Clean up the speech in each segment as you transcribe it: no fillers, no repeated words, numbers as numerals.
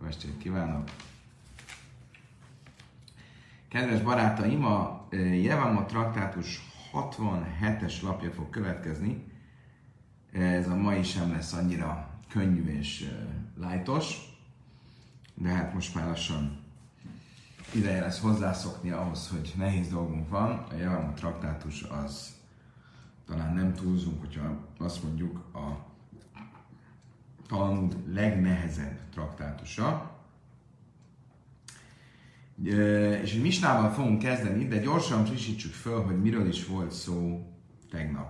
Jó estét kívánok! Kedves barátaim, a Jevamot traktátus 67-es lapja fog következni. Ez a mai sem lesz annyira könnyű és lájtos, de hát most már lassan ideje lesz hozzászokni ahhoz, hogy nehéz dolgunk van. A Jevamot traktátus az talán nem túlzunk, hogyha azt mondjuk a Talmud legnehezebb traktátusa. És egy misnával fogunk kezdeni, de gyorsan frissítsük föl, hogy miről is volt szó tegnap.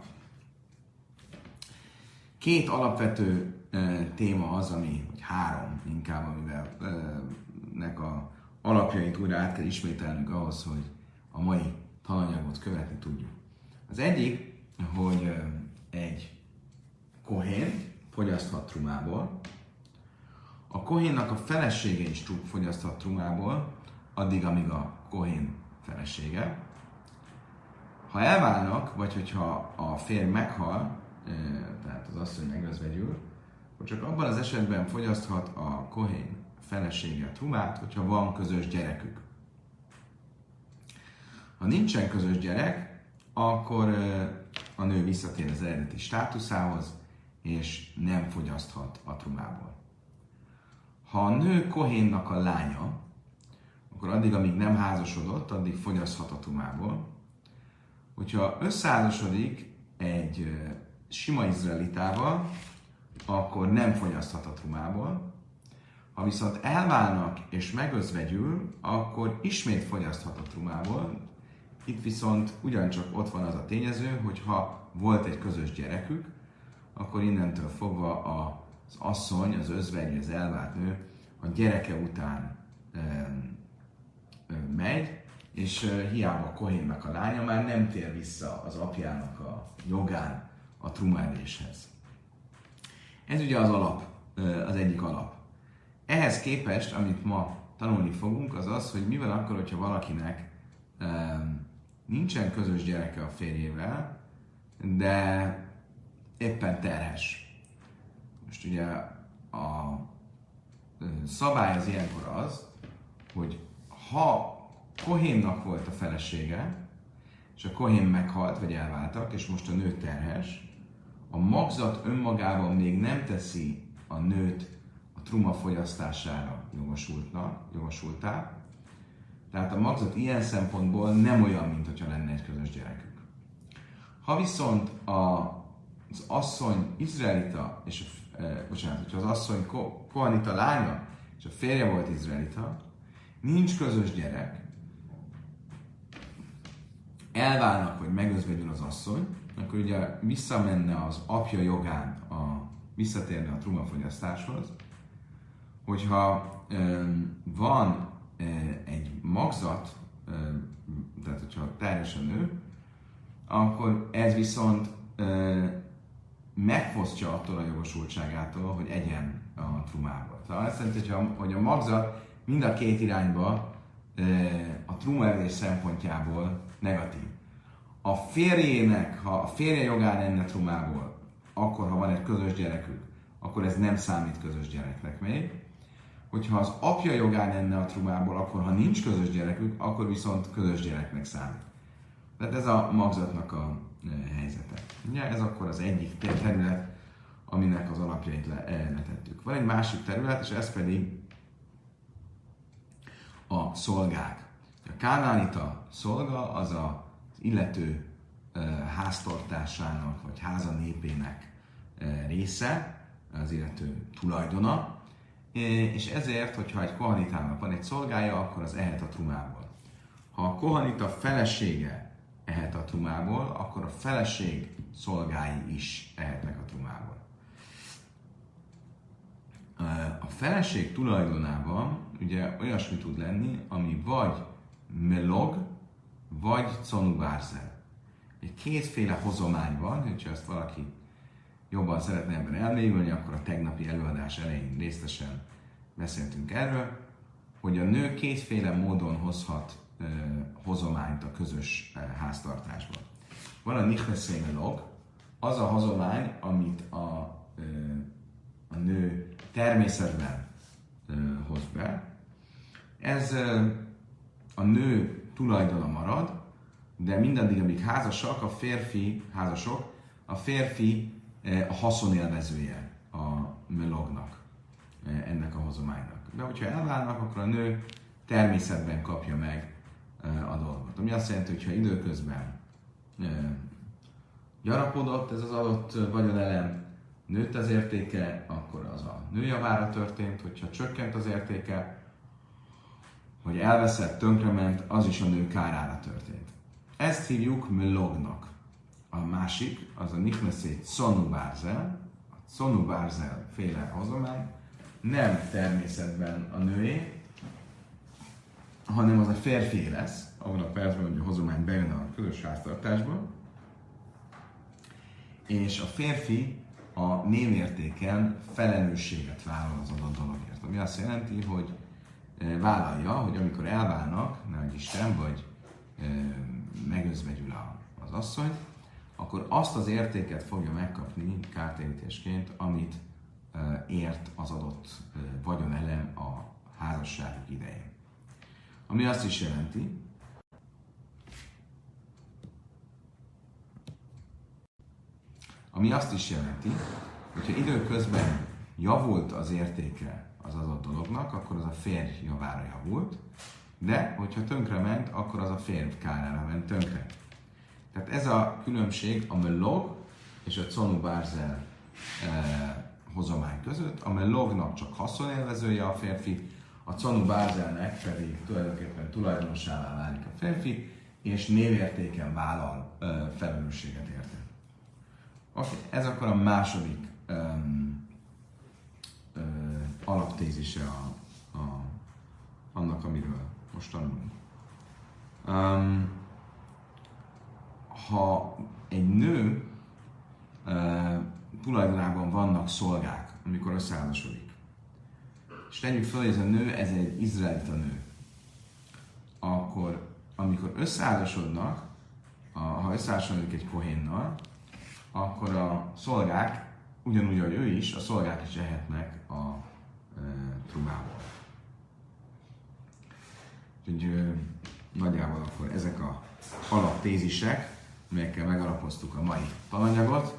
Két alapvető téma az, vagy három inkább, amivel nek a alapjait újra át kell ismételnünk ahhoz, hogy a mai tananyagot követni tudjuk. Az egyik, hogy egy kohén fogyaszthat trumából, a kohénnak a felesége is fogyaszthat trumából, addig, amíg a kohén felesége. Ha elválnak, vagy hogyha a férj meghal, tehát az asszony megözvegyül, akkor csak abban az esetben fogyaszthat a kohén felesége trumát, hogyha van közös gyerekük. Ha nincsen közös gyerek, akkor a nő visszatér az eredeti státuszához, és nem fogyaszthat a trumából. Ha a nő kohénnak a lánya, akkor addig, amíg nem házasodott, addig fogyaszthat a trumából. Hogyha összeházasodik egy sima izraelitával, akkor nem fogyaszthat a trumából. Ha viszont elválnak és megözvegyül, akkor ismét fogyaszthat a trumából. Itt viszont ugyancsak ott van az a tényező, hogy ha volt egy közös gyerekük, akkor innentől fogva az asszony, az özvegy, az elvált nő a gyereke után megy, és hiába a kohénnak a lánya már nem tér vissza az apjának a jogán a trumaedéshez. Ez ugye az alap, az egyik alap. Ehhez képest, amit ma tanulni fogunk, az az, hogy mivel akkor, hogyha valakinek nincsen közös gyereke a férjével, de éppen terhes. Most ugye a szabály az ilyenkor az, hogy ha kohénnak volt a felesége, és a kohén meghalt, vagy elváltak, és most a nő terhes, a magzat önmagában még nem teszi a nőt a truma fogyasztására jogosultá. Tehát a magzat ilyen szempontból nem olyan, mint hogyha lenne egy közös gyerekük. Ha viszont az asszony izraelita, hogyha az asszony kohanita lánya, és a férje volt izraelita, nincs közös gyerek, elválnak, vagy megözvegyül az asszony, akkor ugye visszamenne az apja jogán, visszatérne a trumafogyasztáshoz, hogyha van egy magzat, tehát hogyha terhes a nő, akkor ez viszont megfosztja attól a jogosultságától, hogy egyen a trumából. Tehát azt jelenti, hogy a magzat mind a két irányba a trumaevés szempontjából negatív. A férjének, ha a férje jogán enne trumából, akkor ha van egy közös gyerekük, akkor ez nem számít közös gyereknek még. Hogyha az apja jogán enne a trumából, akkor ha nincs közös gyerekük, akkor viszont közös gyereknek számít. Tehát ez a magzatnak a helyzete. Ugye ez akkor az egyik terület, aminek az alapjait letettük. Van egy másik terület, és ez pedig a szolgák. A kánaánita szolga az az illető háztartásának, vagy háza népének része, az illető tulajdona, és ezért, hogyha egy kohanitának van egy szolgája, akkor az ehet a trumából. Ha a kohanita felesége ehet a trumából, akkor a feleség szolgái is ehetnek a trumából. A feleség tulajdonában ugye olyasmi tud lenni, ami vagy melog, vagy conubárzel. Egy kétféle hozomány van, hogyha ezt valaki jobban szeretne ebben elmélyülni, akkor a tegnapi előadás elején részletesen beszéltünk erről, hogy a nő kétféle módon hozhat hozományt a közös háztartásban. Van a nichveszé melog, az a hozomány, amit a nő természetben hoz Ez a nő tulajdona marad, de mindaddig, amíg házasok, a férfi a haszonélvezője a melognak, ennek a hozománynak. De hogyha elválnak, akkor a nő természetben kapja meg a dolgot. Ami azt jelenti, hogy ha időközben gyarapodott ez az adott vagyonelem, nőtt az értéke, akkor az a nő javára történt, hogyha csökkent az értéke, hogy elveszett, tönkrement, az is a nő kárára történt. Ezt hívjuk melognak. A másik, az a nichnesé Conu Bárzel, a Conu Bárzel féle hozomány, nem természetben a nőé, hanem az a férfi lesz, abban a percben, hogy a hozomány bejön a közös háztartásba, és a férfi a névértéken felelősséget vállal az adott dologért. Ami azt jelenti, hogy vállalja, hogy amikor elválnak, nehogy Isten, vagy megözvegyül az asszony, akkor azt az értéket fogja megkapni kártérítésként, amit ért az adott vagyonelem a házasságuk idején. Ami azt is jelenti, hogyha időközben javult az értéke az adott dolognak, akkor az a férj javára javult, de hogyha tönkrement, akkor az a férj kárára ment tönkre. Tehát ez a különbség a melog és a Conu Bárzel hozomány között. A melognak csak haszonélvezője a férfi, a Conu Bárzelnek pedig tulajdonképpen tulajdonossává válik a férfi, és névértéken vállal felelősséget érte. Okay. Ez akkor a második alaptézise annak, amiről most tanulunk. Ha egy nő tulajdonában vannak szolgák, amikor összeházasodik, és tegyük fel, hogy ez a nő, ez egy izraelita nő, akkor amikor összeházasodnak, ha összeházasodik egy kohénnal, akkor a szolgák, ugyanúgy, ahogy ő is, a szolgák is ehetnek a trumából. Úgyhogy nagyjából akkor ezek a alaptézisek, melyekkel megalapoztuk a mai tananyagot.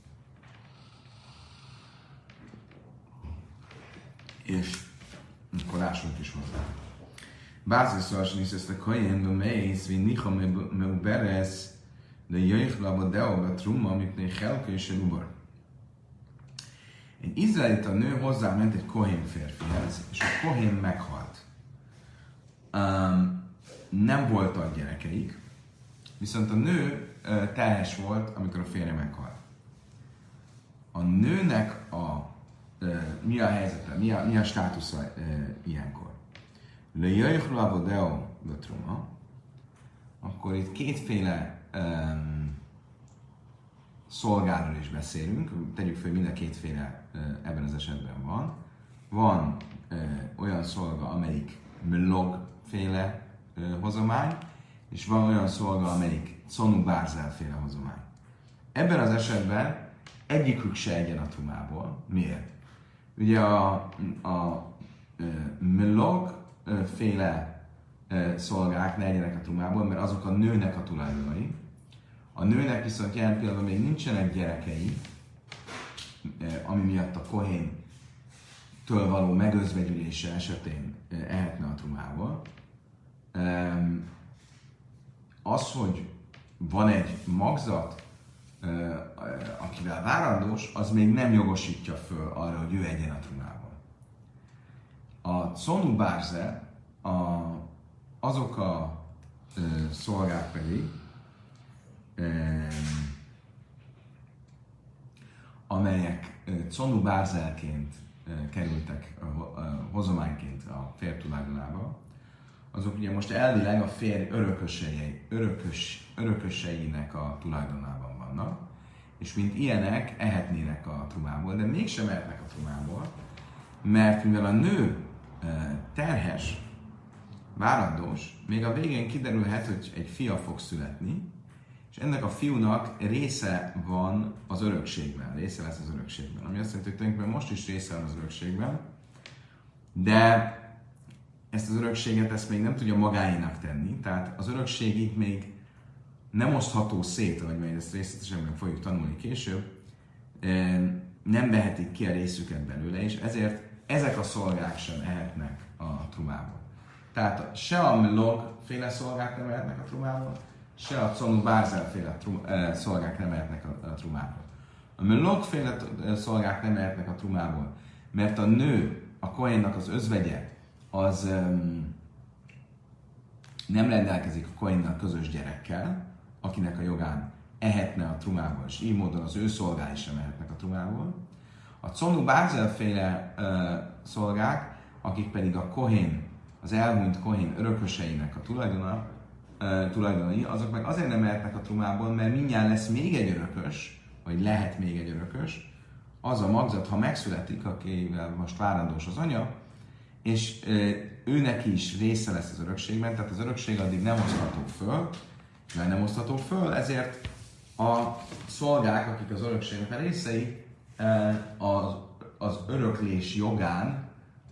És akkor lássunk is hozzá. Báziszos niszesz a kohen, de mész, vi nicha meuberes, de jöjjhlaba deoba truma, amit helke és elubor. Egy izraelita nő hozzáment egy kohén férfihez, és a kohén meghalt. Nem voltak gyerekeik, viszont a nő terhes volt, amikor a férje meghalt. A nőnek mi a helyzete, mi a státusza ilyenkor? Le jöjjhlaba deoba truma, akkor itt kétféle szolgáról is beszélünk, tegyük fel, mind a kétféle ebben az esetben van. Van olyan szolga, amelyik melog féle hozomány, és van olyan szolga, amelyik Conu Bárzel féle hozomány. Ebben az esetben egyikük se egyen a trumából. Miért? Ugye a melog féle szolgák ne egyenek a trumából, mert azok a nőnek a tulajdonai. A nőnek viszont jelen pillanatban még nincsenek gyerekei, ami miatt a kohéntől való megözvegyülése esetén ehetne a trumából. Az, hogy van egy magzat, akivel várandós, az még nem jogosítja föl arra, hogy ő egyen a trumából. A Conu Bárzel, azok a szolgák pedig, amelyek Conu Bárzelként kerültek hozományként a férj tulajdonába, azok ugye most elvileg a férj örököseinek a tulajdonában vannak, és mint ilyenek ehetnének a trumából, de mégsem ehetnek a trumából, mert mivel a nő terhes, várandós, még a végén kiderülhet, hogy egy fia fog születni, és ennek a fiúnak része van az örökségben, része lesz az örökségben. Ami azt jelenti, hogy tulajdonképpen most is része van az örökségben, de ezt az örökséget ezt még nem tudja magáénak tenni, tehát az örökség itt még nem osztható szét, ahogy majd ezt részletesen meg fogjuk tanulni később, nem vehetik ki a részüket belőle, és ezért ezek a szolgák sem ehetnek a trumából. Tehát se a Melog féle szolgák nem ehetnek a trumából, se a Conu Bárzel féle szolgák nem ehetnek a trumából. A Melog féle szolgák nem ehetnek a trumából, mert a nő, a kohénnak az özvegye, az nem rendelkezik a kohénnak közös gyerekkel, akinek a jogán ehetne a trumából, és így módon az ő szolgái sem ehetnek a trumából. A Conu Bárzel féle szolgák, akik pedig a kohén, az elhunyt kohén örököseinek a tulajdonai, azok meg azért nem ehetnek a trumából, mert mindjárt lesz még egy örökös, vagy lehet még egy örökös, az a magzat, ha megszületik, akivel most várandós az anya, és őnek is része lesz az örökségben, tehát az örökség addig nem osztható föl, mivel nem osztható föl, ezért a szolgák, akik az örökségnek a részei, az öröklés jogán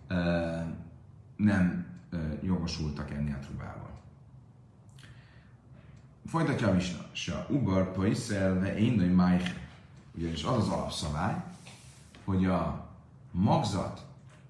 nem jogosultak enni a trubával. Folytatja a misna. Se ugar poiszel ve énői májhe. Ugyanis az az alapszabály, hogy a magzat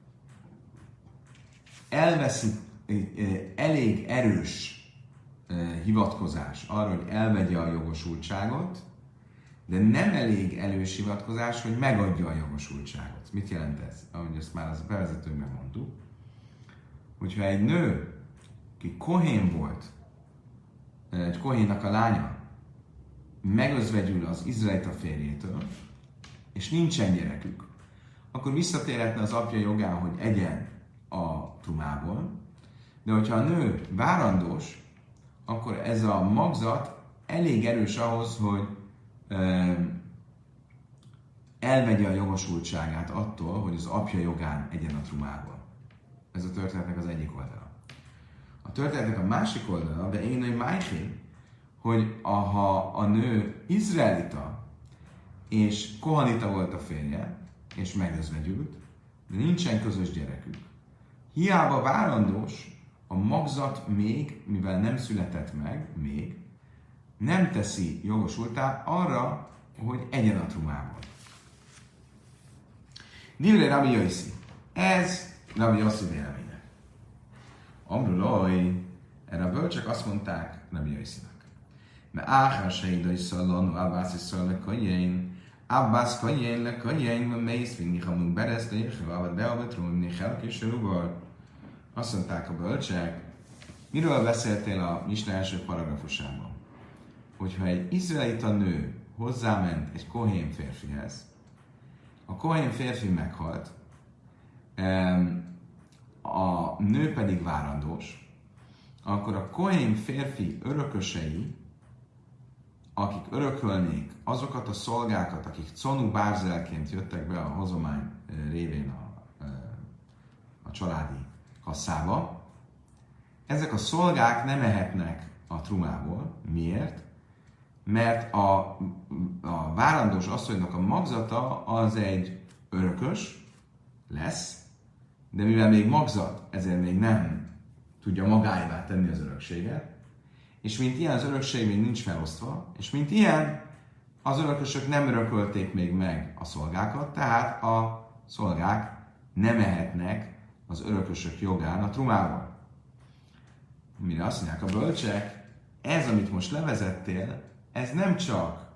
elveszi elég erős hivatkozás arra, hogy elvegye a jogosultságot, de nem elég erős hivatkozás, hogy megadja a jogosultságot. Mit jelent ez? Ahogy ezt már az bevezetőben mondtuk, hogyha egy nő, aki kohén volt, egy kohénnak a lánya, megözvegyül az izraelita férjétől, és nincsen gyerekük, akkor visszatérhetne az apja jogán, hogy egyen a trumából, de hogyha a nő várandós, akkor ez a magzat elég erős ahhoz, hogy elvegye a jogosultságát attól, hogy az apja jogán egyen a trumából. Ez a történetnek az egyik oldala. A történetnek a másik oldala, de én egy májhé, hogy ha a nő izraelita, és kohanita volt a férje, és megözvegyült, de nincsen közös gyerekük. Hiába várandós, a magzat még, mivel nem született meg, még nem teszi jogosultá arra, hogy egyen a trumából. Divrei Rabbi Yossi. Ez Rabbi Yossi véleménye. Amruloj, erre a bölcsek azt mondták Rabbi Yossinak. Mert áhár seidai szallanu, Abbász is szall le kajjén, Abbász kajjén le kajjén, mert mész vinni hamunk bereszte, és vavat beavatrónni helkésőrugal. Azt mondták a bölcsek, miről beszéltél a Misna első paragrafusában? Hogyha egy izraelita nő hozzáment egy kohén férfihez, a kohén férfi meghalt, a nő pedig várandós, akkor a kohén férfi örökösei, akik örökölnék azokat a szolgákat, akik Conu Bárzelként jöttek be a hozomány révén a családi kasszába, ezek a szolgák nem ehetnek a trumából. Miért? Mert a várandós asszonynak a magzata az egy örökös lesz, de mivel még magzat, ezért még nem tudja magáévá tenni az örökséget, és mint ilyen az örökség még nincs felosztva, és mint ilyen az örökösök nem örökölték még meg a szolgákat, tehát a szolgák nem ehetnek az örökösök jogán a trumával. Mire azt mondják a bölcsek, ez, amit most levezettél, ez nem csak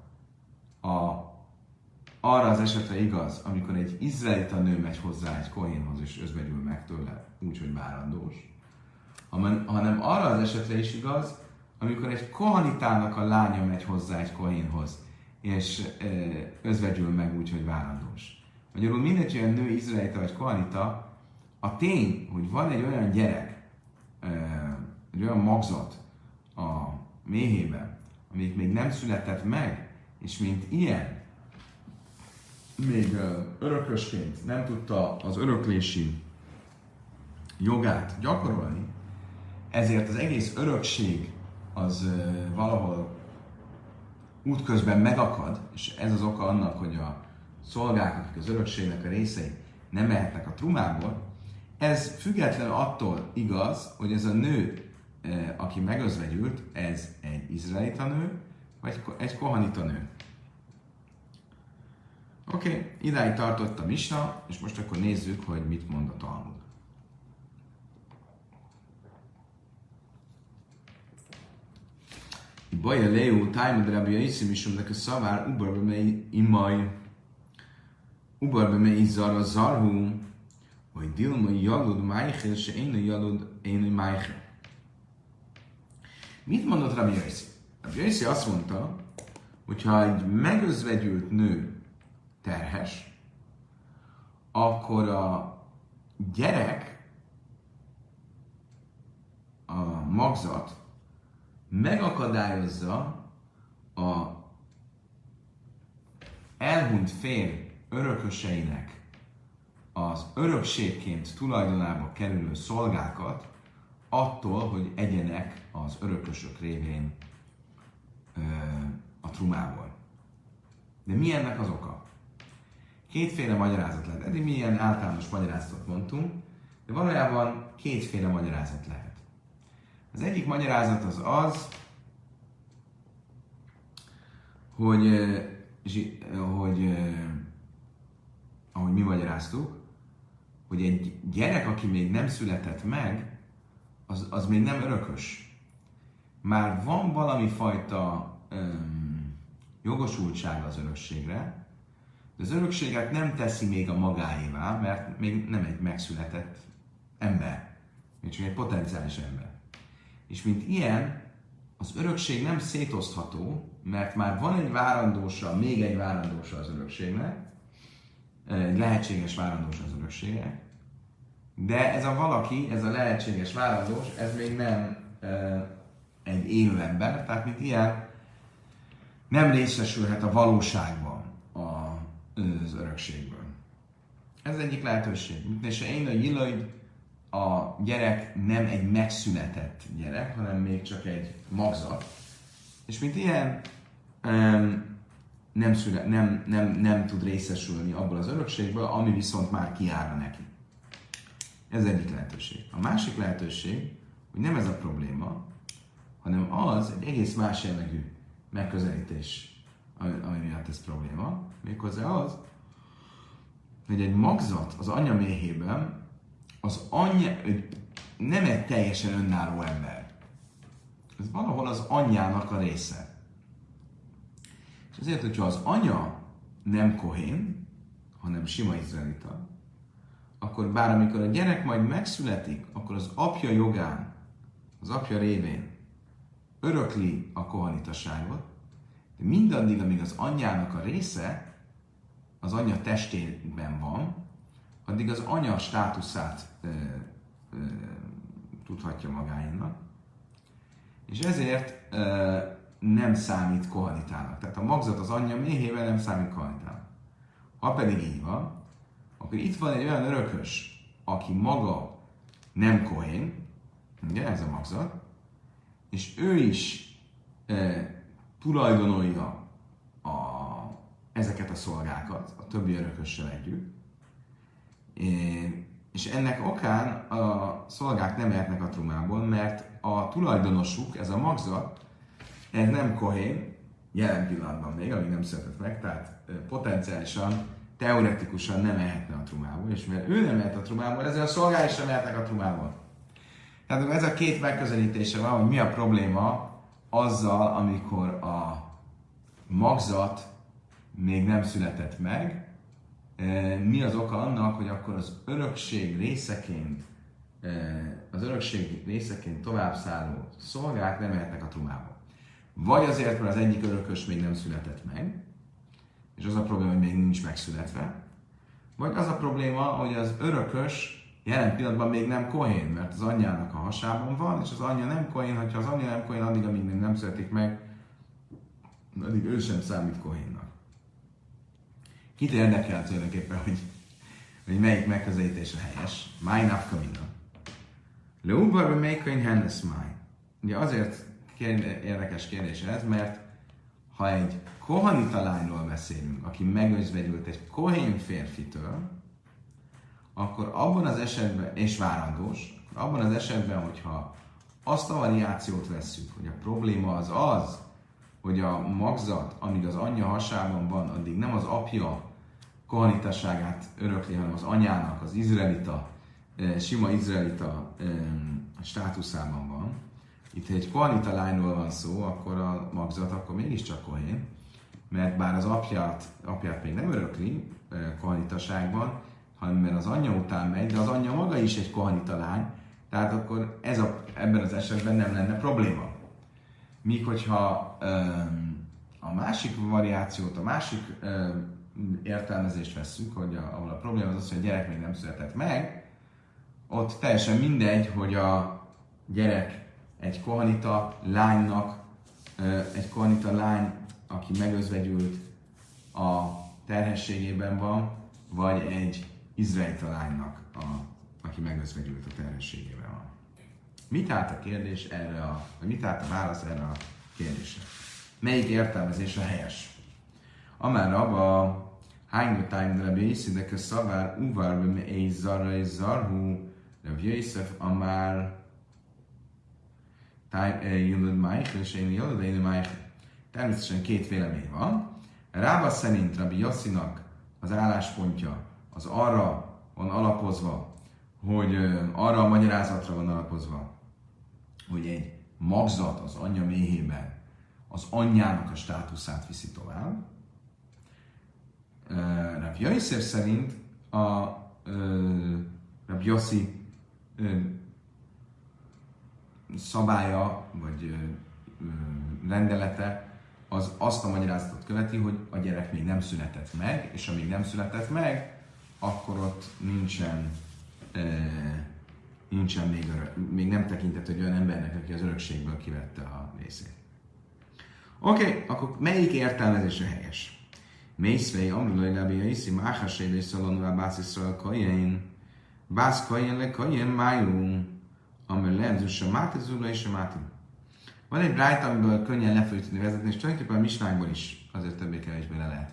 arra az esetre igaz, amikor egy izraelita nő megy hozzá egy kohénhoz és özvegyül meg tőle, úgyhogy várandós, hanem arra az esetre is igaz, amikor egy kohanitának a lánya megy hozzá egy kohénhoz, és özvegyül meg úgyhogy várandós. Magyarul mindegy, olyan nő, izraelita vagy kohanita, a tény, hogy van egy olyan gyerek, egy olyan magzat a méhében, amelyik még nem született meg, és mint ilyen, még örökösként nem tudta az öröklési jogát gyakorolni, ezért az egész örökség az valahol útközben megakad, és ez az oka annak, hogy a szolgák, akik az örökségnek a részei nem mehetnek a trumából, Ez független attól igaz, hogy ez a nő, aki megözvegyült, ez egy izraelita nő, vagy egy kohanita nő. Oké, idáig tartott a misna, és most akkor nézzük, hogy mit mond a Talmud. Baja Leu, Talmud Rabbi Yossi Misumnak a szavár, ubarbe mely imaj, ubarbe mely zara zarhu, hogy dilma jalud májchel, se én jalud én májchel. Mit mondott Rabbi Yossi? Rabbi Yossi azt mondta, hogy ha egy megözvegyült nő terhes, akkor a gyerek, a magzat megakadályozza a elhunyt férj örököseinek az örökségként tulajdonába kerülő szolgákat attól, hogy egyenek az örökösök révén a trumából. De mi ennek az oka? Kétféle magyarázat lehet. Eddig milyen általános magyarázatot mondtunk, de valójában kétféle magyarázat lehet. Az egyik magyarázat az az, hogy ahogy mi magyaráztuk, hogy egy gyerek, aki még nem született meg, az még nem örökös. Már van valami fajta jogosultsága az örökségre, de az örökséget nem teszi még a magáévá, mert még nem egy megszületett ember, még csak egy potenciális ember. És mint ilyen, az örökség nem szétosztható, mert már van egy várandósa, még egy várandósa az örökségnek, egy lehetséges várandósa az örökségnek, de ez a valaki, ez a lehetséges várandós, ez még nem egy élő ember, tehát mint ilyen nem részesülhet a valóságban az örökségből. Ez az egyik lehetőség. És én a Jilaid, a gyerek nem egy megszületett gyerek, hanem még csak egy magzat. És mint ilyen nem tud részesülni abból az örökségből, ami viszont már kijárna neki. Ez egyik lehetőség. A másik lehetőség, hogy nem ez a probléma, hanem az egy egész más jellegű megközelítés, ami miatt ez probléma. Méghozzá az, hogy egy magzat az anya méhében az anyja nem egy teljesen önálló ember. Ez valahol az anyjának a része. És azért, hogyha az anya nem kohén, hanem sima izraelita, akkor bár amikor a gyerek majd megszületik, akkor az apja jogán, az apja révén örökli a kohanitaságot, de mindaddig, amíg az anyjának a része az anya testében van, addig az anya státuszát tudhatja magáénak, és ezért nem számít kohanitának. Tehát a magzat az anyja méhében nem számít kohanitának. Ha pedig így van, akkor itt van egy olyan örökös, aki maga nem kohén, ugye ez a magzat, és ő is tulajdonolja ezeket a szolgákat a többi örökössel együtt, és ennek okán a szolgák nem ehetnek a trumából, mert a tulajdonosuk, ez a magzat, ez nem kohén, jelen pillanatban még, amíg nem született meg, tehát potenciálisan, teoretikusan nem ehetne a trumából, és mivel ő nem ehet a trumából, ezért a szolgák sem ehetnek a trumából. Tehát ez a két megközelítése van, hogy mi a probléma azzal, amikor a magzat még nem született meg, mi az oka annak, hogy akkor az örökség részeként tovább szálló szolgák nem mehetnek a trumába. Vagy azért, mert az egyik örökös még nem született meg, és az a probléma, hogy még nincs megszületve, vagy az a probléma, hogy az örökös jelen pillanatban még nem kohén, mert az anyjának a hasában van, és az anyja nem kohén, hogyha az anyja nem kohén, addig, amíg nem születik meg, addig ő sem számít kohénnak. Kit érdekel tulajdonképpen, hogy melyik megközelítés a helyes? Máj nafkamina. Leubarbe melykönyv hennes máj. Ugye azért érdekes kérdés ez, mert ha egy kohanita lányról beszélünk, aki megözvegyült egy kohén férfitől, akkor abban az esetben, és várandós, abban az esetben, hogyha azt a variációt vesszük, hogy a probléma az, hogy a magzat, amíg az anyja hasában van, addig nem az apja kohanitaságát örökli, hanem az anyának, az izraelita, sima izraelita státuszában van. Itt, ha egy kohanita lányról van szó, akkor a magzat akkor mégiscsak kohén, mert bár az apját még nem örökli kohanitaságban, hanem mert az anyja után megy, de az anyja maga is egy kohanita lány, tehát akkor ebben az esetben nem lenne probléma. Míg hogyha a másik variációt, a másik értelmezést vesszük, hogy ahol a probléma az, hogy a gyerek még nem született meg, ott teljesen mindegy, hogy a gyerek egy kohanita lánynak, egy kohanita lány, aki megözvegyült a terhességében van, vagy egy izraelita lánynak, aki megözvegyült a terhességében van. Mit állt a kérdés erre vagy mit állt a válasz erre a kérdésre? Melyik értelmezés a helyes? Amár abba Hánygó tájm Rabbi Yossi de szavár uvar be egy zarra és zarhú Rabbi Yosef amár Jülöd Májchel és én Jülöd én Májchel. Természetesen két vélemény van. Rába szerint Rabbi Yossinak az álláspontja az arra van alapozva, hogy arra a magyarázatra van alapozva, hogy egy magzat az anyja méhében az anyjának a státuszát viszi tovább. Rabbi Yosef szerint Rabbi Yossi szabálya, vagy rendelete az azt a magyarázatot követi, hogy a gyerek még nem született meg, és amíg nem született meg, akkor ott nincsen még nem tekintett egy olyan embernek, aki az örökségből kivette a részét. Oké, akkor melyik értelmezése helyes? Mészvei, Amrulai Rabbi Yossi, Máhasé, és Szalonulá, Bász Iszrael, Kajen, Bász Kajen, le Kajen, Májú, amely lehetős a Máté, Zula és a Máté. Van egy brájta, amiből könnyen le fogjuk tudni vezetni, és tulajdonképpen a misnákból is azért többé-kevésbé le lehet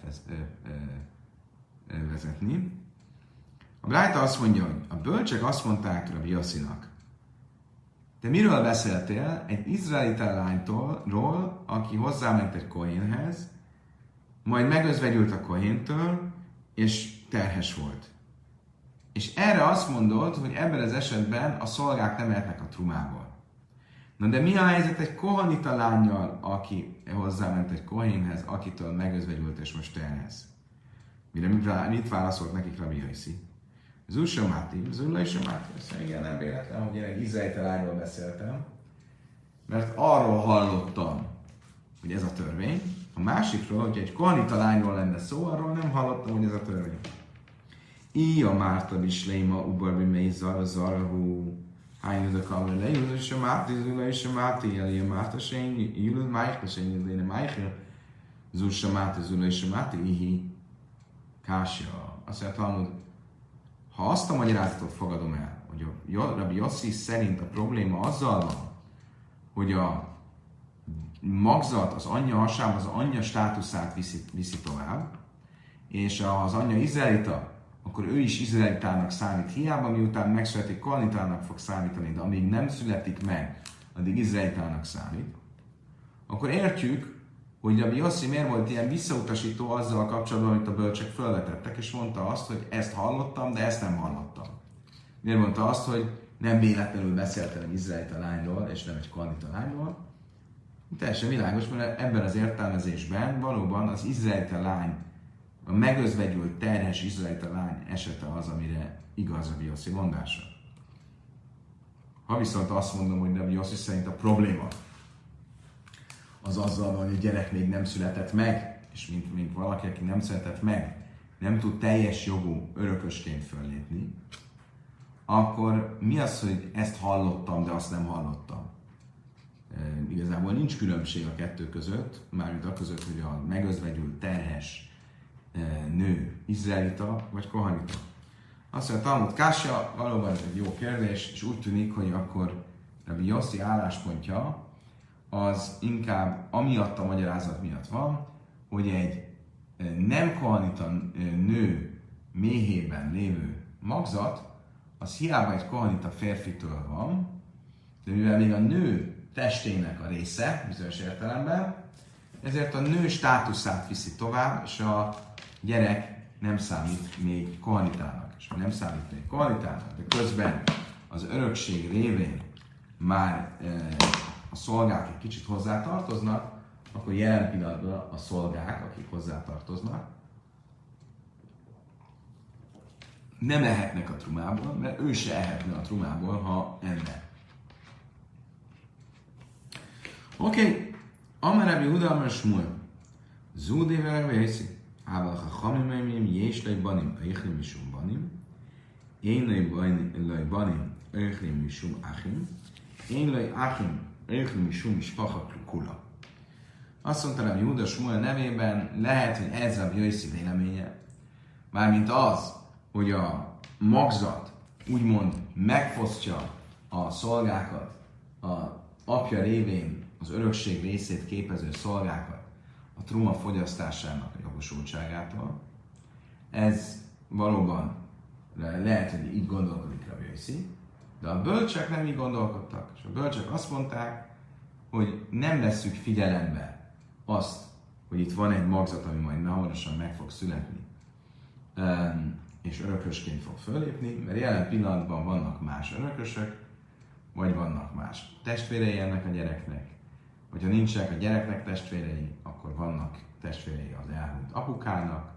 vezetni. A brájta azt mondja, hogy a bölcsek azt mondták Rabbi Yossinak, te miről beszéltél? Egy izraelita lányról, aki hozzáment egy kohénhez, majd megözvegyült a kohéntől, és terhes volt. És erre azt mondod, hogy ebben az esetben a szolgák nem ehetnek a trumából. Na de mi a helyzet egy kohanita lánnyal, aki hozzáment egy kohénhez, akitől megözvegyült és most terhez? Mire mit válaszolt nekik Rabbi Yossi? Zusa Máti, Zula és a Máti. Azt igen, nem véletlen, hogy én egy izraelita lányról beszéltem, mert arról hallottam, hogy ez a törvény. A másikról, hogy egy kohanita lányról lenne szó, arról nem hallottam, hogy ez a törvény. Ija Márta Bisléma Ubarbi Mei Zara Zarahú Hányudak Amr Leilud és a Máti, Zula és a Máti, Elia Márta Sény, Jülud Májchel, Sény, Léne Májchel, Zusa Máti, Zula és a Máti, Ihi Kásja. Azt mondja, ha azt a magyarázatot fogadom el, hogy a Rabbi Yossi szerint a probléma azzal van, hogy a magzat az anyja hasában az anyja státuszát viszi tovább, és az anyja izraelita, akkor ő is izraelitának számít, hiába miután megszületik, kohanitának fog számítani, de amíg nem születik meg, addig izraelitának számít, akkor értjük, hogy Rabbi Yossi miért volt ilyen visszautasító azzal kapcsolatban, amit a bölcsek felvetettek, és mondta azt, hogy ezt hallottam, de ezt nem hallottam. Miért mondta azt, hogy nem véletlenül beszéltem egy izraelita lányról, és nem egy kohanita lányról? Teljesen világos, mert ebben az értelmezésben valóban az izraelita lány, a megözvegyült terhes izraelita lány esete az, amire igaz Rabbi Yossi mondása. Ha viszont azt mondom, hogy Rabbi Yossi szerint a probléma az azzal van, hogy a gyerek még nem született meg, és mint valaki, aki nem született meg, nem tud teljes jogú örökösként föllépni, akkor mi az, hogy ezt hallottam, de azt nem hallottam? Igazából nincs különbség a kettő között, mármint a között, hogy a megözvegyült terhes nő izraelita vagy kohanita. Azt mondja, Talmud Kásja, valóban ez egy jó kérdés, és úgy tűnik, hogy akkor Rabbi Yossi álláspontja az inkább amiatt a magyarázat miatt van, hogy egy nem kohanita nő méhében lévő magzat, az hiába egy kohanita férfitől van, de mivel még a nő testének a része, bizonyos értelemben, ezért a nő státuszát viszi tovább, és a gyerek nem számít még kohanitának. És ha nem számít még kohanitának, de közben az örökség révén már a szolgák egy kicsit hozzátartoznak, akkor jelen pillanatban a szolgák, akik hozzátartoznak, nem ehetnek a trumából, mert ő se ehetne a trumából, ha enne. Oké. Amar Rabbi Yehuda Amar Shmuel. Zúdi vervészi. Ával chachamim jéslai banim eichlim mishum banim. Énlai banim eichlim mishum achim. Énlai achim eichlim mishum mishpacha kula. Azt mondta Rabbi Yehuda Shmuel nevében, lehet, hogy ez Rabbi Yossi véleménye. Mármint az, hogy a magzat úgymond megfosztja a szolgákat, a apja révén az örökség részét képező szolgákat a truma fogyasztásának a jogosultságától. Ez valóban lehet, hogy így gondolkodik Rabbi Yossi, de a bölcsek nem így gondolkodtak. És a bölcsek azt mondták, hogy nem vesszük figyelembe azt, hogy itt van egy magzat, ami majd hamarosan meg fog születni, és örökösként fog fölépni, mert jelen pillanatban vannak más örökösök, vagy vannak más testvérei ennek a gyereknek, vagy ha nincsenek a gyereknek testvérei, akkor vannak testvérei az elhunyt apukának,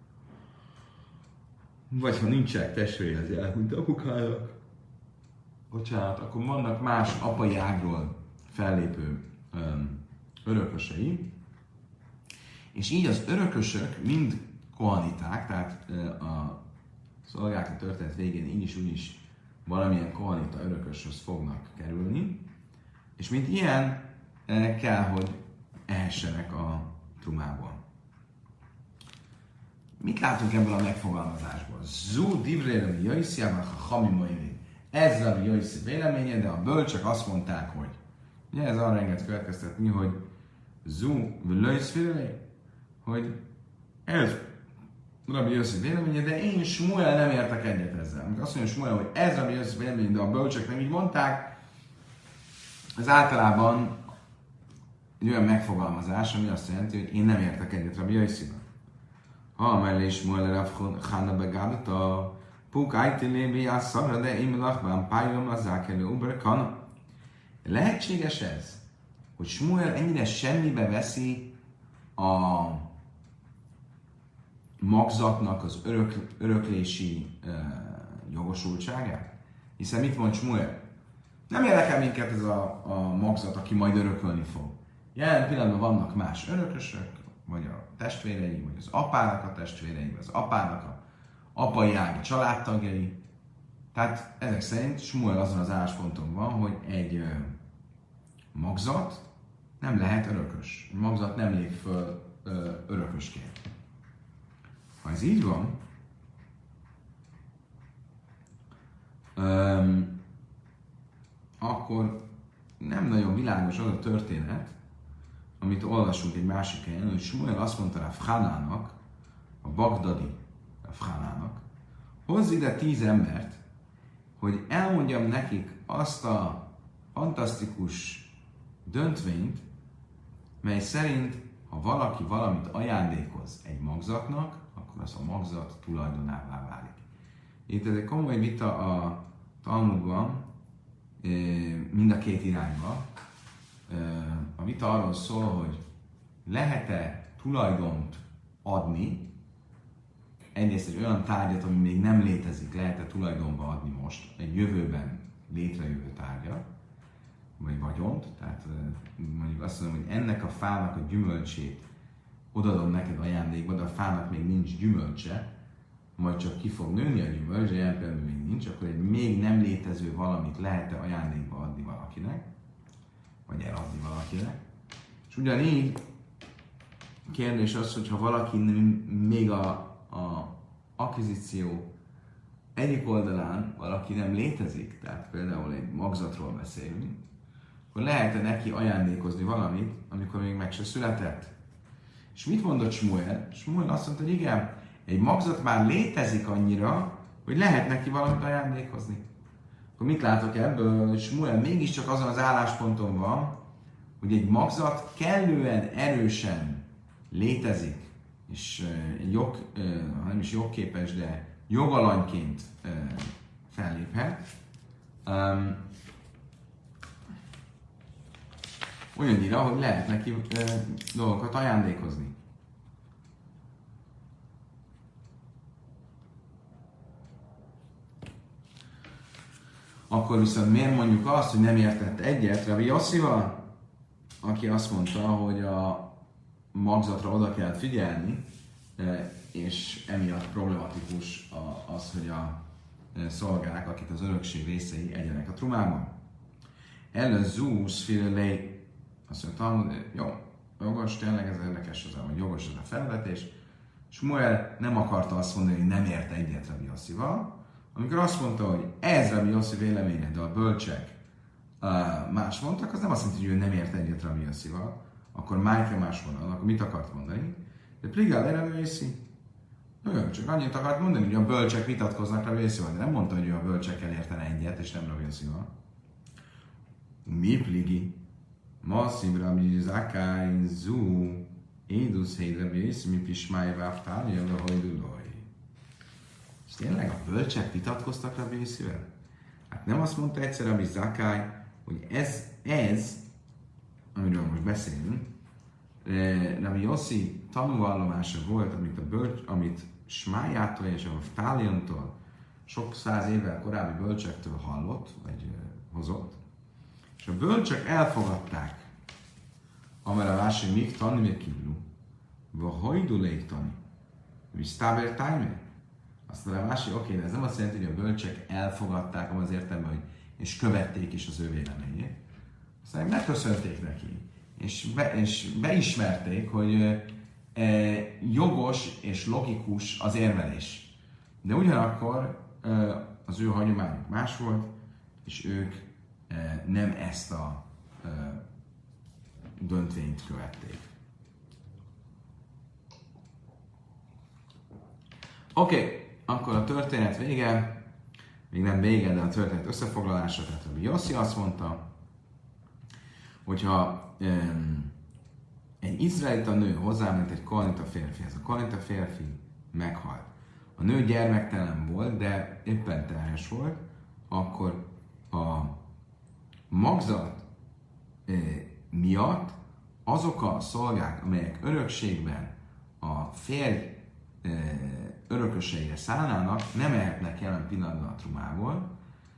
vagy ha nincsenek testvérei az elhunyt apukának, akkor vannak más apai ágról fellépő örökösei, és így az örökösök mind kohaniták, tehát a szolgálati történet végén így is úgy is valamilyen kohanita örököshöz fognak kerülni, és mint ilyen kell, hogy ehessenek a trumából. Mit látunk ebből a megfogalmazásból? Zú divré Rabbi Yossi, ha hamimoimi. Ez Rabbi Yossi véleménye, de a bölcsök azt mondták, hogy ugye ez arra enged következtetni, hogy Zú völőszfirelé, hogy ez Rabbi Yossi véleménye, de én Shmuel nem értek egyet ezzel. Amikor azt mondja Shmuel, hogy ez Rabbi Yossi véleménye, de a bölcsök nem így mondták, ez általában egy olyan megfogalmazás, ami azt jelenti, hogy én nem értek egyet Rabbi Yossival. Ha mellé Shmuel Rav Chana begádata, puk ájti lébi ászara, de én lachbán pályom az zákelő uberkana. Lehetséges ez, hogy Shmuel ennyire semmibe veszi a magzatnak az öröklési jogosultságát? Hiszen mit mond Shmuel? Nem érdekel minket ez a magzat, aki majd örökölni fog. Jelen pillanatban vannak más örökösök, vagy a testvérei, vagy az apának a testvérei, vagy az apának a apai ági családtagjai. Tehát ezek szerint Shmuel azon az állásponton van, hogy egy magzat nem lehet örökös. Egy magzat nem lép föl örökösként. Ha ez így van, akkor nem nagyon világos az a történet, amit olvasunk egy másik helyen, hogy Shmuel azt mondta Rav Chanának, a bagdadi Rav Chanának, hozz ide 10 embert, hogy elmondjam nekik azt a fantasztikus döntvényt, mely szerint, ha valaki valamit ajándékoz egy magzatnak, akkor az a magzat tulajdonává válik. Itt ez egy komoly vita a Talmudban, mind a két irányba. A vita arról szól, hogy lehet-e tulajdont adni, egyrészt egy olyan tárgyat, ami még nem létezik, lehet-e tulajdonba adni most, egy jövőben létrejövő tárgyat, vagy vagyont, tehát mondjuk azt mondom, hogy ennek a fának a gyümölcsét odadom neked ajándékba, de a fának még nincs gyümölcse, majd csak ki fog nőni a gyümölcs, de ilyen például még nincs, akkor egy még nem létező valamit lehet-e ajándékba adni valakinek, vagy eladni valakinek. És ugyanígy kérdés az, hogyha valaki még a akvizíció egyik oldalán valaki nem létezik, tehát például egy magzatról beszélünk, akkor lehet-e neki ajándékozni valamit, amikor még meg se született. És mit mondott Shmuel? Shmuel azt mondta, hogy igen, egy magzat már létezik annyira, hogy lehet neki valamit ajándékozni. Akkor mit látok ebből? Smuel mégiscsak azon az állásponton van, hogy egy magzat kellően erősen létezik, és nem is jogképes, de jogalanyként felléphet. Olyannyira, hogy lehet neki dolgokat ajándékozni. Akkor viszont miért mondjuk azt, hogy nem értett egyet Rabbi Yossival, aki azt mondta, hogy a magzatra oda kell figyelni, és emiatt problematikus az, hogy a szolgák, akik az örökség részei, egyenek a trumában. Ellen Zúz Filelei azt mondta, hogy jó, jogos, tényleg ez érdekes, hogy jogos ez a felvetés. Smuel nem akarta azt mondani, hogy nem ért egyet Rabbi Yossival, amikor azt mondta, hogy ez Rabbi Yossi véleménye, de a bölcsek más mondtak, az nem azt mondta, hogy ő nem ért egyet Rabbi Yossival, akkor Májka más mondani, akkor mit akart mondani? De Prigál Rabbi Yossi, csak annyit akart mondani, hogy a bölcsek vitatkoznak Rabbi Yossival, de nem mondta, hogy ő a bölcsekkel értene egyet, és nem Rabbi Yossival. Mi pligi? Masszim Rabbi Zakai Zú Édusz Heid Rabbi Yossi, mi pismáj váftál, jön a hajdulaj. És tényleg a bölcsek vitatkoztak Rabbi Yossivel? Hát nem azt mondta egyszer Rabbi Zakai, hogy ez, amiről most beszélünk, Rabbi Yossi tanúvallomása volt, amit Smájától és a Táliantól sok száz évvel korábbi bölcsektől hallott, vagy hozott, és a bölcsek elfogadták, amire a másik még tanni még kívül, vagy hajdulék tanni, visztáber tájmé. Azt mondja, a másik, oké, de ez nem azt jelenti, hogy a bölcsek elfogadták az értelemben, hogy és követték is az ő véleményét. Aztán megköszönték neki, és beismerték, hogy jogos és logikus az érvelés. De ugyanakkor az ő hagyományuk más volt, és ők nem ezt a döntvényt követték. Oké, akkor a történet vége, még nem vége, de a történet összefoglalása, tehát Rabbi Yossi azt mondta, hogyha egy izraelita nő hozzáment egy kohanita férfihez, a kohanita férfi meghalt, a nő gyermektelen volt, de éppen terhes volt, akkor a magzat miatt azok a szolgák, amelyek örökségben a férj örököseire szállnának, nem ehetnek jelen pillanatban a trumából.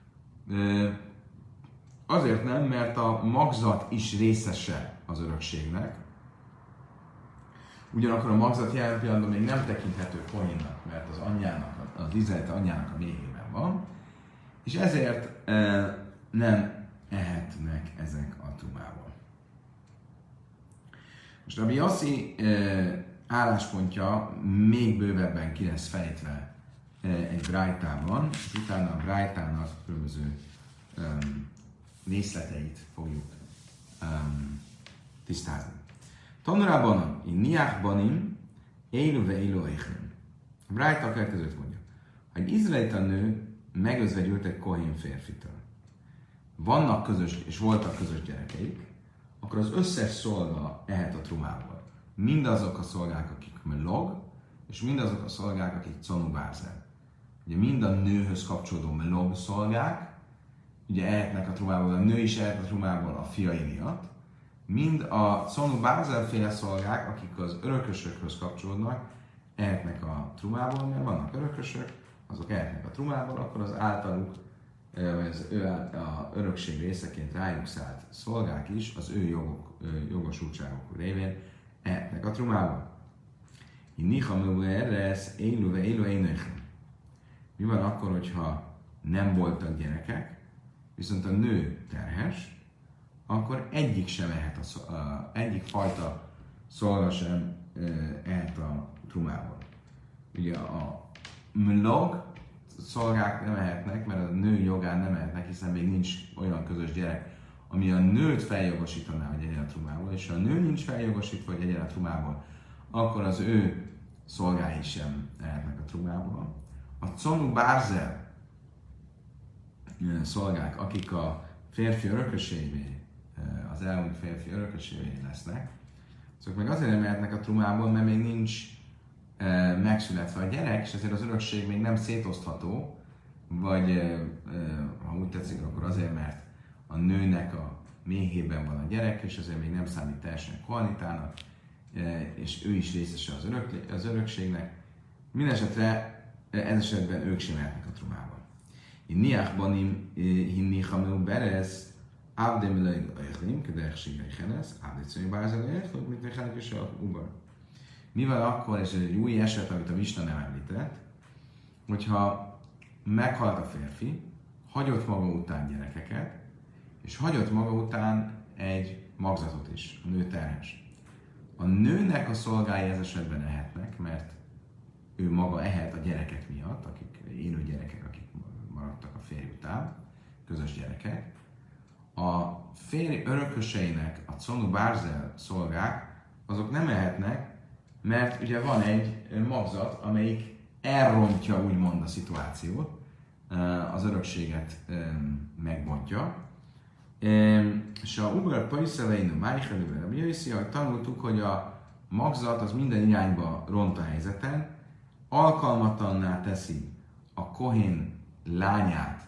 Azért nem, mert a magzat is részese az örökségnek. Ugyanakkor a magzat jelen pillanatban még nem tekinthető kohénnak, mert az anyjának, az izraelita anyjának a méhében van, és ezért nem ehetnek ezek a trumából. Most Rabbi Yossi álláspontja még bővebben ki lesz fejtve egy brájtában, és utána a brájtának különböző részleteit fogjuk tisztázni. Tanulában in niachbanim, élu ve élu eichlim. A brájta a következőt mondja. Ha egy izraelita nő megözvegyült egy kohén férfitől, vannak közös és voltak közös gyerekeik, akkor az összes szolga ehet a trumából. Mindazok a szolgák, akik melog, és mindazok a szolgák, akik conubárzel. Ugye mind a nőhöz kapcsolódó melog szolgák, ugye ehetnek a trumából, a nő is ehet a trumából a fiai miatt, mind a conubárzel féle szolgák, akik az örökösökhöz kapcsolódnak, ehetnek a trumából, mert vannak örökösök, azok ehetnek a trumából, akkor az általuk, a örökség részeként rájuk szállt szolgák is, az ő jogosultságok révén ehetnek a trumából. Mi van akkor, hogyha nem voltak gyerekek, viszont a nő terhes, akkor egyik sem ehet, egyik fajta szolga sem ehet a trumából. Ugye a mlog szolgák nem ehetnek, mert a nő jogán nem ehetnek, hiszen még nincs olyan közös gyerek, ami a nőt feljogosítaná, hogy egyen a trumából, és ha a nő nincs feljogosítva, hogy egyen a trumából, akkor az ő szolgái sem ehetnek a trumából. a Conu Bárzel szolgák, akik a férfi örökösévé, az elhunyt férfi örökösévé lesznek, azok meg azért nem mehetnek a trumából, mert még nincs megszületve a gyerek, és ezért az örökség még nem szétosztható, vagy ha úgy tetszik, akkor azért, mert a nőnek a méhében van a gyerek, és azért még nem számít teljesen kohanitának, és ő is részese az örökségnek. Mindenesetre ez esetben ők sem mehetnek a trumában. Niachban hinnichameu berez, abdem leig eichlim, kedechségei chenesz, abdicai bárzel eichlim, mint nechenek is a ubar. Mivel akkor, és ez egy új eset, amit a Misna nem említett, hogyha meghalt a férfi, hagyott maga után gyerekeket, és hagyott maga után egy magzatot is, a nő terhes. A nőnek a szolgái ez esetben ehetnek, mert ő maga ehet a gyerekek miatt, akik élő gyerekek, akik maradtak a férj után, közös gyerekek. A férj örököseinek a Conu Bárzel szolgák, azok nem ehetnek, mert ugye van egy magzat, amelyik elrontja úgymond a szituációt, az örökséget megbontja. És a Uber Paiszeleinu Májhelővel a Jöjszi, ahogy tanultuk, hogy a magzat az minden irányba ront a helyzeten, alkalmatlanná teszi a kohén lányát,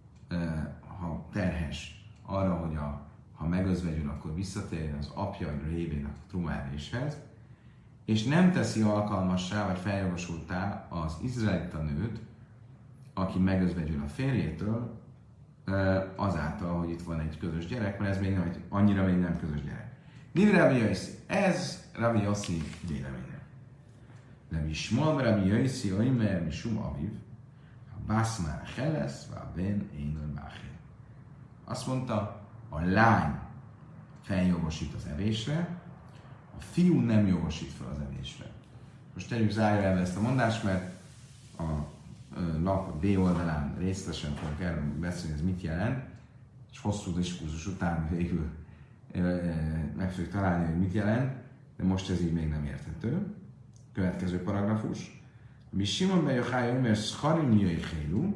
ha terhes, arra, hogy ha megözvegyül, akkor visszatérjen az apja révén a trumávéshez, és nem teszi alkalmassá, vagy feljogosultá az izraelita nőt, aki megözvegyül a férjétől, azáltal, hogy itt van egy közös gyerek, mert ez még nem, annyira még nem közös gyerek. Mi Rabbi Yossi? Ez Rabbi Yossi véleménye. Rabbi Shmuel, Rabbi Yossi, oimer, misum aviv, a bászmár helesz, a ben énön báhér. Azt mondta, a lány feljogosít az evésre, a fiú nem jogosít fel az evésre. Most tegyük zárójelbe ezt a mondást, mert a lap B oldalán részletesen fogok erről beszélni, ez mit jelent, és hosszú diskurzus után végül meg fogjuk találni, hogy mit jelent, de most ez így még nem érthető. Következő paragrafus. Mi Simon ben Yochai mert scharim jöjjélu,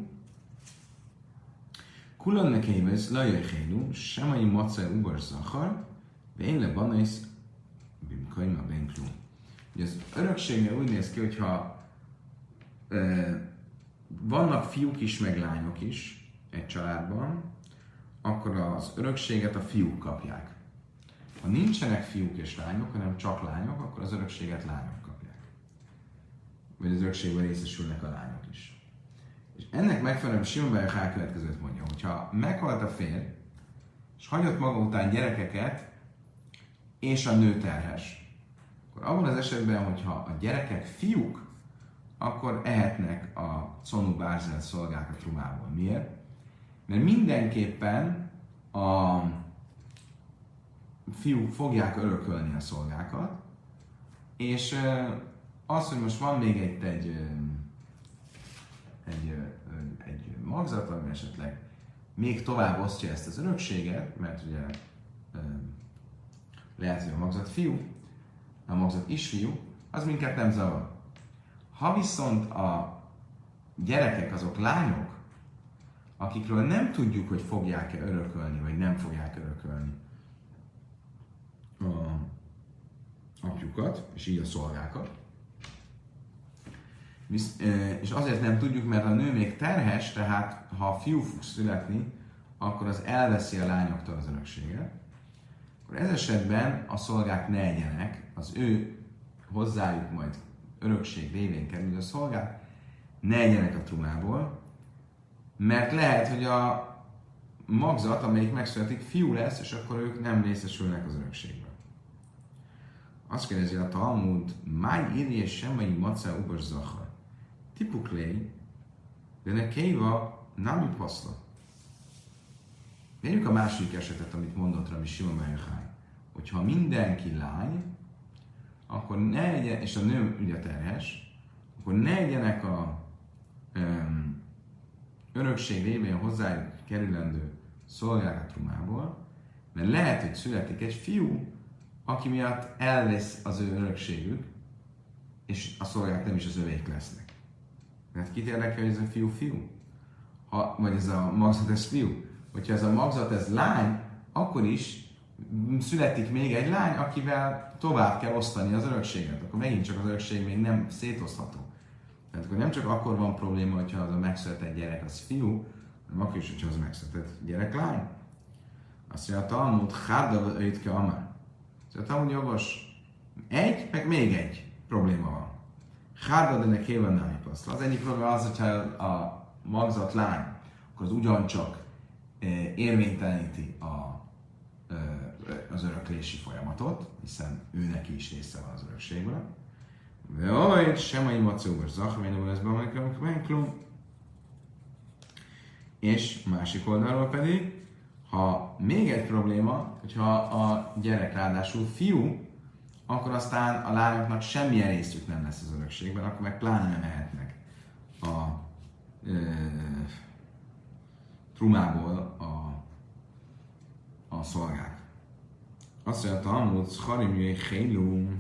kulan nekeives la jöjjélu, semai macer ubar zachar, én le banaisz, bimkaima ben klum. Ugye az örökségnél úgy néz ki, hogyha vannak fiúk is, meg lányok is egy családban, akkor az örökséget a fiúk kapják. Ha nincsenek fiúk és lányok, hanem csak lányok, akkor az örökséget lányok kapják. Vagy az örökségben részesülnek a lányok is. És ennek megfelelően Simon ben Yochai következőt mondja, hogyha meghalt a férj, és hagyott maga után gyerekeket, és a nő terhes, akkor abban az esetben, hogyha a gyerekek fiúk, akkor ehetnek a Conu Bárzel szolgák a trumából. Miért? Mert mindenképpen a fiúk fogják örökölni a szolgákat, és az, hogy most van még egy magzat, ami esetleg még tovább osztja ezt az örökséget, mert ugye lehet, hogy a magzat fiú, a magzat is fiú, az minket nem zavar. Ha viszont a gyerekek azok lányok, akikről nem tudjuk, hogy fogják-e örökölni, vagy nem fogják örökölni a apjukat, és így a szolgákat, és azért nem tudjuk, mert a nő még terhes, tehát ha a fiú fog születni, akkor az elveszi a lányoktól az örökséget, akkor ez esetben a szolgák ne egyenek, az ő hozzájuk majd örökség révén kerül a szolgák, ne egyenek a trumából, mert lehet, hogy a magzat, amelyik megszületik, fiú lesz, és akkor ők nem részesülnek az örökségben. Azt kérdezi a Talmud, máj írj és semmai maca ubor zachar. Tipuklé, de ne kéva nami paszla. Vegyük a második esetet, amit mondott Rabbi Simon ben Yochai. Hogyha mindenki lány, akkor ne egyen, és a nő ugye terhes, akkor ne egyenek a örökség révén hozzájuk kerülendő szolgák a trumából, mert lehet, hogy születik egy fiú, aki miatt elvesz az ő örökségük, és a szolgák nem is az övék lesznek. Mert kit érdekel, hogy ez a fiú? Vagy ez a magzat, ez fiú? Hogyha ez a magzat, ez lány, akkor is születik még egy lány, akivel tovább kell osztani az örökséget. Akkor megint csak az örökség még nem szétosztható. Tehát akkor nem csak akkor van probléma, hogyha az a megszületett gyerek az fiú, hanem akkor is, hogyha az megszületett gyerek lány. Azt mondja, a Talmud, Hárda Öjtke Amár. Szóval a Talmud jogos, meg még egy probléma van. Hárda de ne kéven nem Az egyik probléma az, hogyha a magzat lány, akkor az ugyancsak érvényteleníti az öröklési folyamatot, hiszen ő neki is része van az örökségben. Vagy semmi macógos zachménynő, ez megklum. És másik oldalról pedig, ha még egy probléma, hogyha a gyerek ráadásul fiú, akkor aztán a lányoknak semmilyen részük nem lesz az örökségben, akkor meg pláne nem ehetnek trumából a szolgák. Azt mondja, Talmud, Scharimjai Chélum,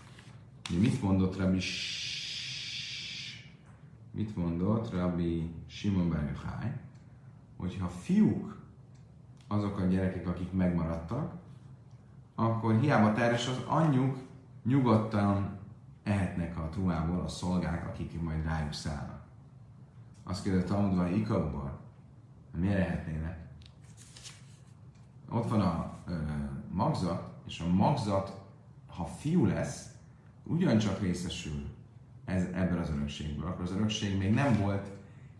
mit mondott Rabbi Simon bar Yochai, hogyha fiúk azok a gyerekek, akik megmaradtak, akkor hiába terhes az anyjuk, nyugodtan ehetnek a trumából a szolgák, akik majd rájuk szállnak. Azt kérdezte Talmudban, hogy ikakból, miért ehetnének? Ott van a magzat, és a magzat, ha fiú lesz, ugyancsak részesül ebből az örökségből. Akkor az örökség még nem volt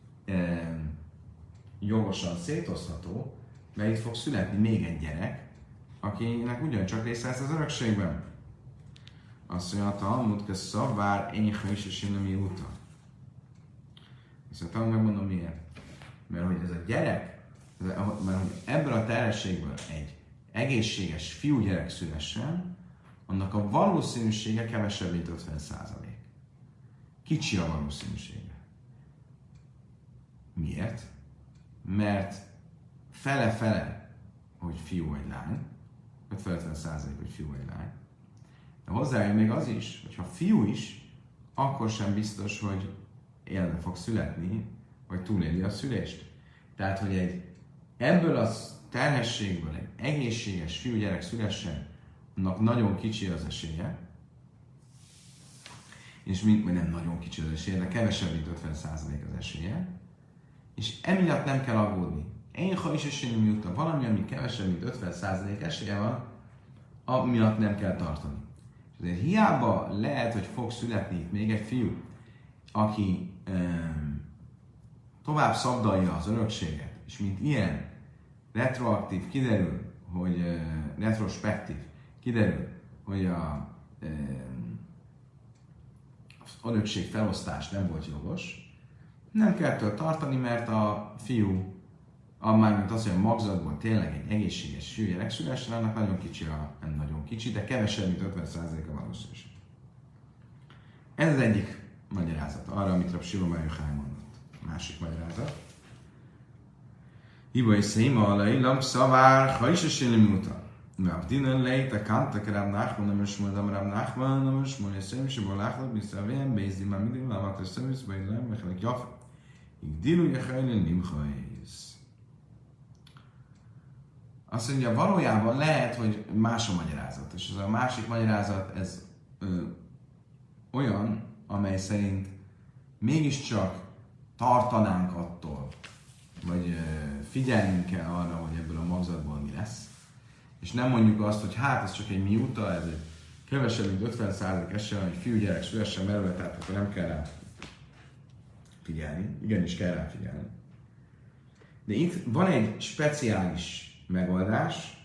jogosan szétosztható, mert itt fog születni még egy gyerek, akinek ugyancsak része lesz az örökségben. Azt mondja, a Talmud, hogy szabvár, énha is és én mióta. Viszont Talmud megmondom miért. Mert hogy ez a gyerek, mert hogy ebből a terhességből egy egészséges fiúgyerek szülessen, annak a valószínűsége kevesebb, mint 50%. Kicsi a valószínűsége. Miért? Mert fele-fele, hogy fiú vagy lány, 50%, hogy fiú vagy lány. De hozzájön még az is, hogy ha fiú is, akkor sem biztos, hogy élve fog születni, vagy túléli a szülést. Tehát, hogy ebből a terhességből egy egészséges fiúgyerek szülessen, annak nagyon kicsi az esélye, és vagy nem nagyon kicsi az esélye, de kevesebb, mint 50% az esélye, és emiatt nem kell aggódni. Én ha is esélye miután valami, ami kevesebb, mint 50% esélye van, amiatt nem kell tartani. És azért hiába lehet, hogy fog születni itt még egy fiú, aki tovább szabdalja az örökséget, és mint ilyen retroaktív kiderül, hogy retrospektív kiderül, hogy az örökség felosztás nem volt jogos, nem kell ettől tartani, mert a fiú, mármint az, hogy a magzatból tényleg egy egészséges fiúgyerek szülessen, annak nagyon kicsi nem nagyon kicsi, de kevesebb, mint 50% a valószínűség. Ez az egyik magyarázat arra, amit Rabbi Simon bar Yochai mondott. Másik magyarázat. Hiba és Széma alailam szavár, ha is esélye miután. Vabdinan lejte kantak Rab Nachman, nem is mondom Rab Nachman, nem is mondom, hogy szépen sem látlak, visszavén, bézdim, már mindig, már már szépen, vagy nem, meghalak jafa. Így dilulja hajlén, nimhajsz. Azt mondja, valójában lehet, hogy más a magyarázat. És az a másik magyarázat, ez olyan, amely szerint mégiscsak tartanánk attól, vagy figyelnünk kell arra, hogy ebből a magzatból mi lesz. És nem mondjuk azt, hogy hát ez csak egy miúta, ez egy kevesebb, mint 50% esélye, hogy fiúgyerek szülessen belőle, tehát akkor nem kell rá figyelni. Igenis kell rá figyelni. De itt van egy speciális megoldás.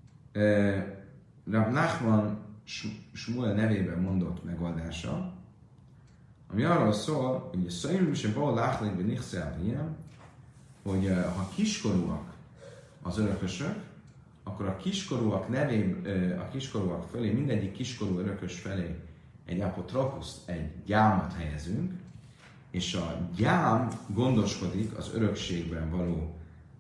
Rab Nachman Shmuel nevében mondott megoldása, ami arról szól, hogy a szajmim se bal láchlékben nichszel ilyen, hogy ha kiskorúak az örökösök, akkor a kiskorúak felé, mindegyik kiskorú örökös felé egy apotropuszt, egy gyámat helyezünk, és a gyám gondoskodik az örökségben való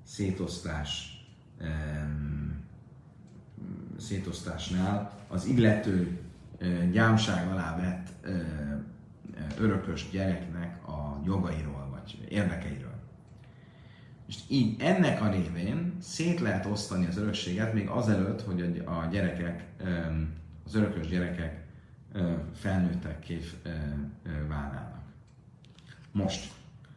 szétosztásnál az illető gyámság alá vett örökös gyereknek a jogairól, vagy érdekeiről. És így ennek a révén szét lehet osztani az örökséget még azelőtt, hogy a gyerekek, az örökös gyerekek felnőttekké válnának. Most,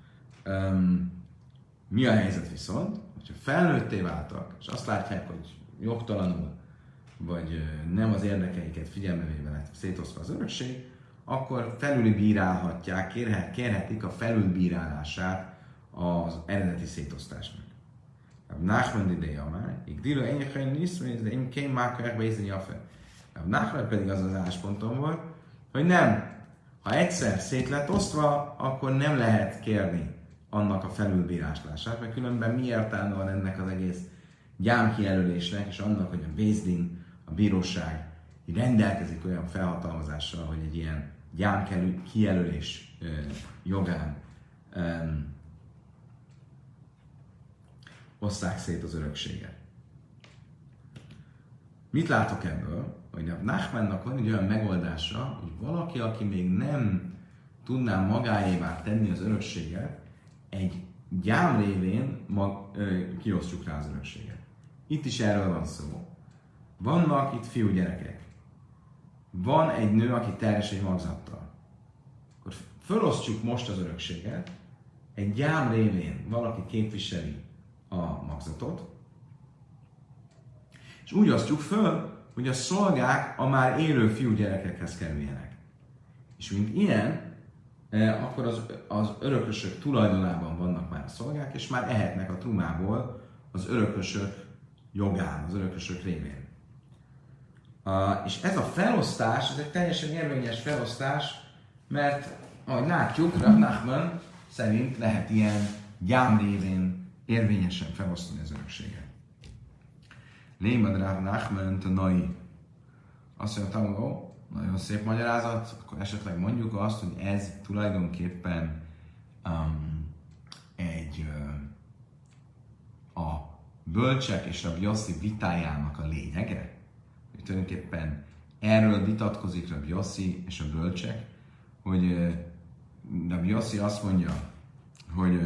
mi a helyzet viszont, hogyha felnőtté váltak, és azt látják, hogy jogtalanul, vagy nem az érdekeiket figyelme véve lett szétosztva az örökség, akkor felülbírálhatják, kérhetik a felülbírálását az eredeti szétosztásnak. Nachman ideje már, igdilo ennyi nisztmény, de én kém mákják beézni a fel. Nachman pedig az az állásponton volt, hogy nem, ha egyszer szét lett osztva, akkor nem lehet kérni annak a felülbírálását, mert különben mi értelme van ennek az egész gyámkijelölésnek, és annak, hogy a Bézdin, a bíróság rendelkezik olyan felhatalmazással, hogy egy ilyen gyámkijelölés jogán osszák szét az örökséget. Mit látok ebből? Hogy a Nachmannak van egy olyan megoldása, hogy valaki, aki még nem tudná magáévá tenni az örökséget, egy gyám révén kiosztjuk rá az örökséget. Itt is erről van szó. Vannak itt fiúgyerekek. Van egy nő, aki teljes egy magzattal. Akkor fölosztjuk most az örökséget, egy gyám révén valaki képviseli a magzatot, és úgy osztjuk föl, hogy a szolgák a már élő fiúgyerekekhez kerüljenek. És mint ilyen, akkor az örökösök tulajdonában vannak már a szolgák, és már ehetnek a trumából az örökösök jogán, az örökösök révén. És ez a felosztás, ez egy teljesen érvényes felosztás, mert ahogy látjuk, Rav Nachman szerint lehet ilyen gyám révén érvényesen felosztani az örökséget. Lémad Rav Nachman tanai. Azt mondta, hogy nagyon szép magyarázat, akkor esetleg mondjuk azt, hogy ez tulajdonképpen a bölcsek és a Yossi vitájának a lényege. Hogy tulajdonképpen erről vitatkozik Rabbi Yossi és a bölcsek, hogy Rabbi Yossi azt mondja, hogy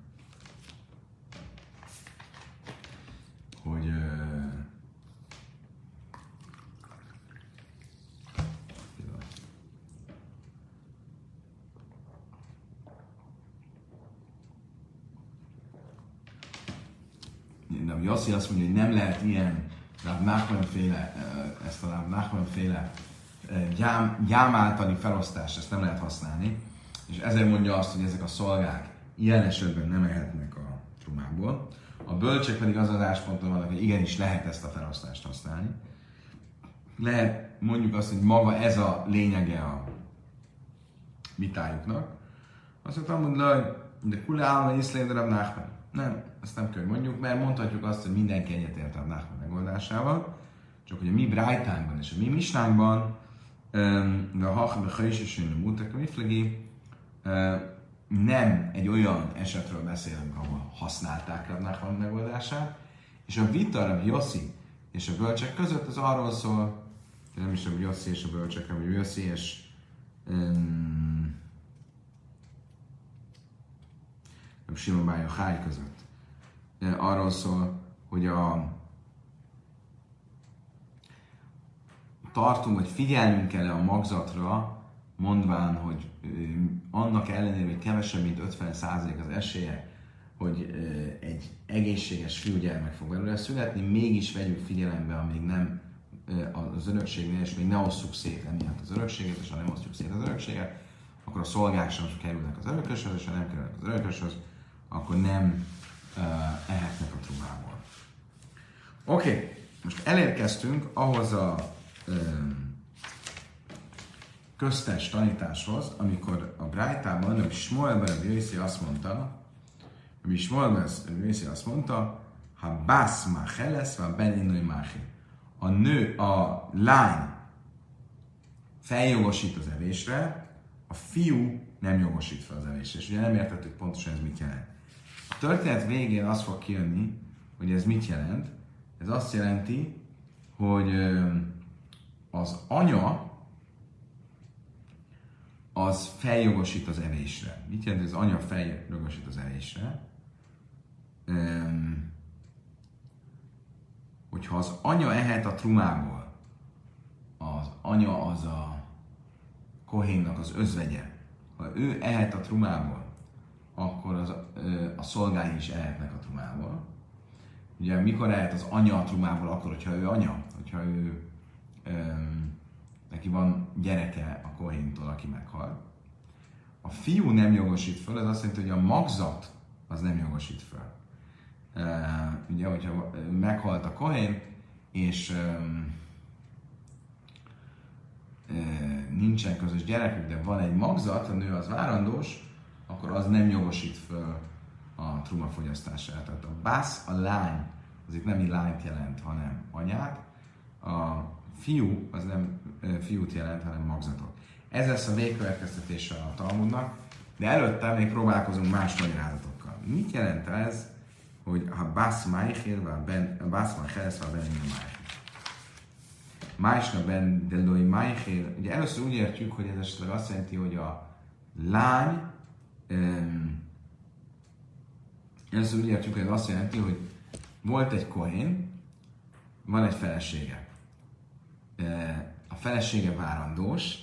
Yossi azt mondja, hogy nem lehet ilyen Rav Nachman-féle, ezt a Rav Nachman-féle gyám általi felosztást, ezt nem lehet használni, és ezért mondja azt, hogy ezek a szolgák ilyen esetben nem ehetnek a trumából. A bölcsek pedig az állásponton vannak, hogy igenis lehet ezt a felosztást használni. Lehet mondjuk azt, hogy maga ez a lényege a vitájuknak. Azt mondtam, hogy de kule állva iszlém Rav Nachman. Nem, ezt nem kell mondjuk, mert mondhatjuk azt, hogy mindenki egyetért a Nachman megoldásával, csak hogy a mi brájtánkban és a mi misnánkban, de a hachbe hajsesén a múltak a miflegi, nem egy olyan esetről beszélünk, ahol használták a Nachman megoldását, és a vita a Yossi és a bölcsek között az arról szól, nem is a Yossi és a bölcsek, hanem a Yossi és Simon Bar Yochai között. Arról szól, hogy tartunk, hogy figyelnünk kell a magzatra, mondván, hogy annak ellenére, hogy kevesebb, mint 50% az esélye, hogy egy egészséges fiúgyermek fog belőle születni, mégis vegyük figyelembe, amíg nem az örökségnél, és még ne osszuk szét emiatt az örökséget, és ha nem osztjuk szét az örökséget, akkor a szolgák sem kerülnek az örököshöz, és ha nem kerülnek az örököshöz, akkor nem ehetnek a trumából. Oké, most elérkeztünk ahhoz a köztes tanításhoz, amikor a Brájtában Rabbi Shmuelben Rabbi Yossi azt mondta, ha bász ma helesz, van beninői máhi. A lány feljogosít az evésre, a fiú nem jogosít fel az evésre. És ugye nem értettük pontosan ez mit jelent. A történet végén az fog kijönni, hogy ez mit jelent. Ez azt jelenti, hogy az anya az feljogosít az evésre. Mit jelent, hogy az anya feljogosít az evésre? Hogyha az anya ehet a trumából, az anya az a kohénnak az özvegye, ha ő ehet a trumából, akkor a szolgái is ehetnek a trumából. Ugye mikor ehet az anya a trumából, akkor, hogyha ő anya, hogyha ő neki van gyereke a kohéntól, aki meghal. A fiú nem jogosít föl, ez azt jelenti, hogy a magzat az nem jogosít föl. Ugye, hogyha meghalt a kohén, és nincsen közös gyerekük, de van egy magzat, a nő az várandós, akkor az nem jogosít föl a truma fogyasztására. Tehát a bász, a lány, az itt nem így lányt jelent, hanem anyát. A fiú, az nem fiút jelent, hanem magzatot. Ez lesz a végkövetkeztetése a Talmudnak, de előtte még próbálkozunk más magyarázatokkal. Mit jelent ez, hogy ha bász májhér, vagy bász májhér, vagy ben májhér? Májsna ben deloi májhér. Ugye először úgy értjük, hogy ez esetleg azt jelenti, hogy a lány, először úgy értjük, hogy ez azt jelenti, hogy volt egy kohén, van egy felesége. A felesége várandós,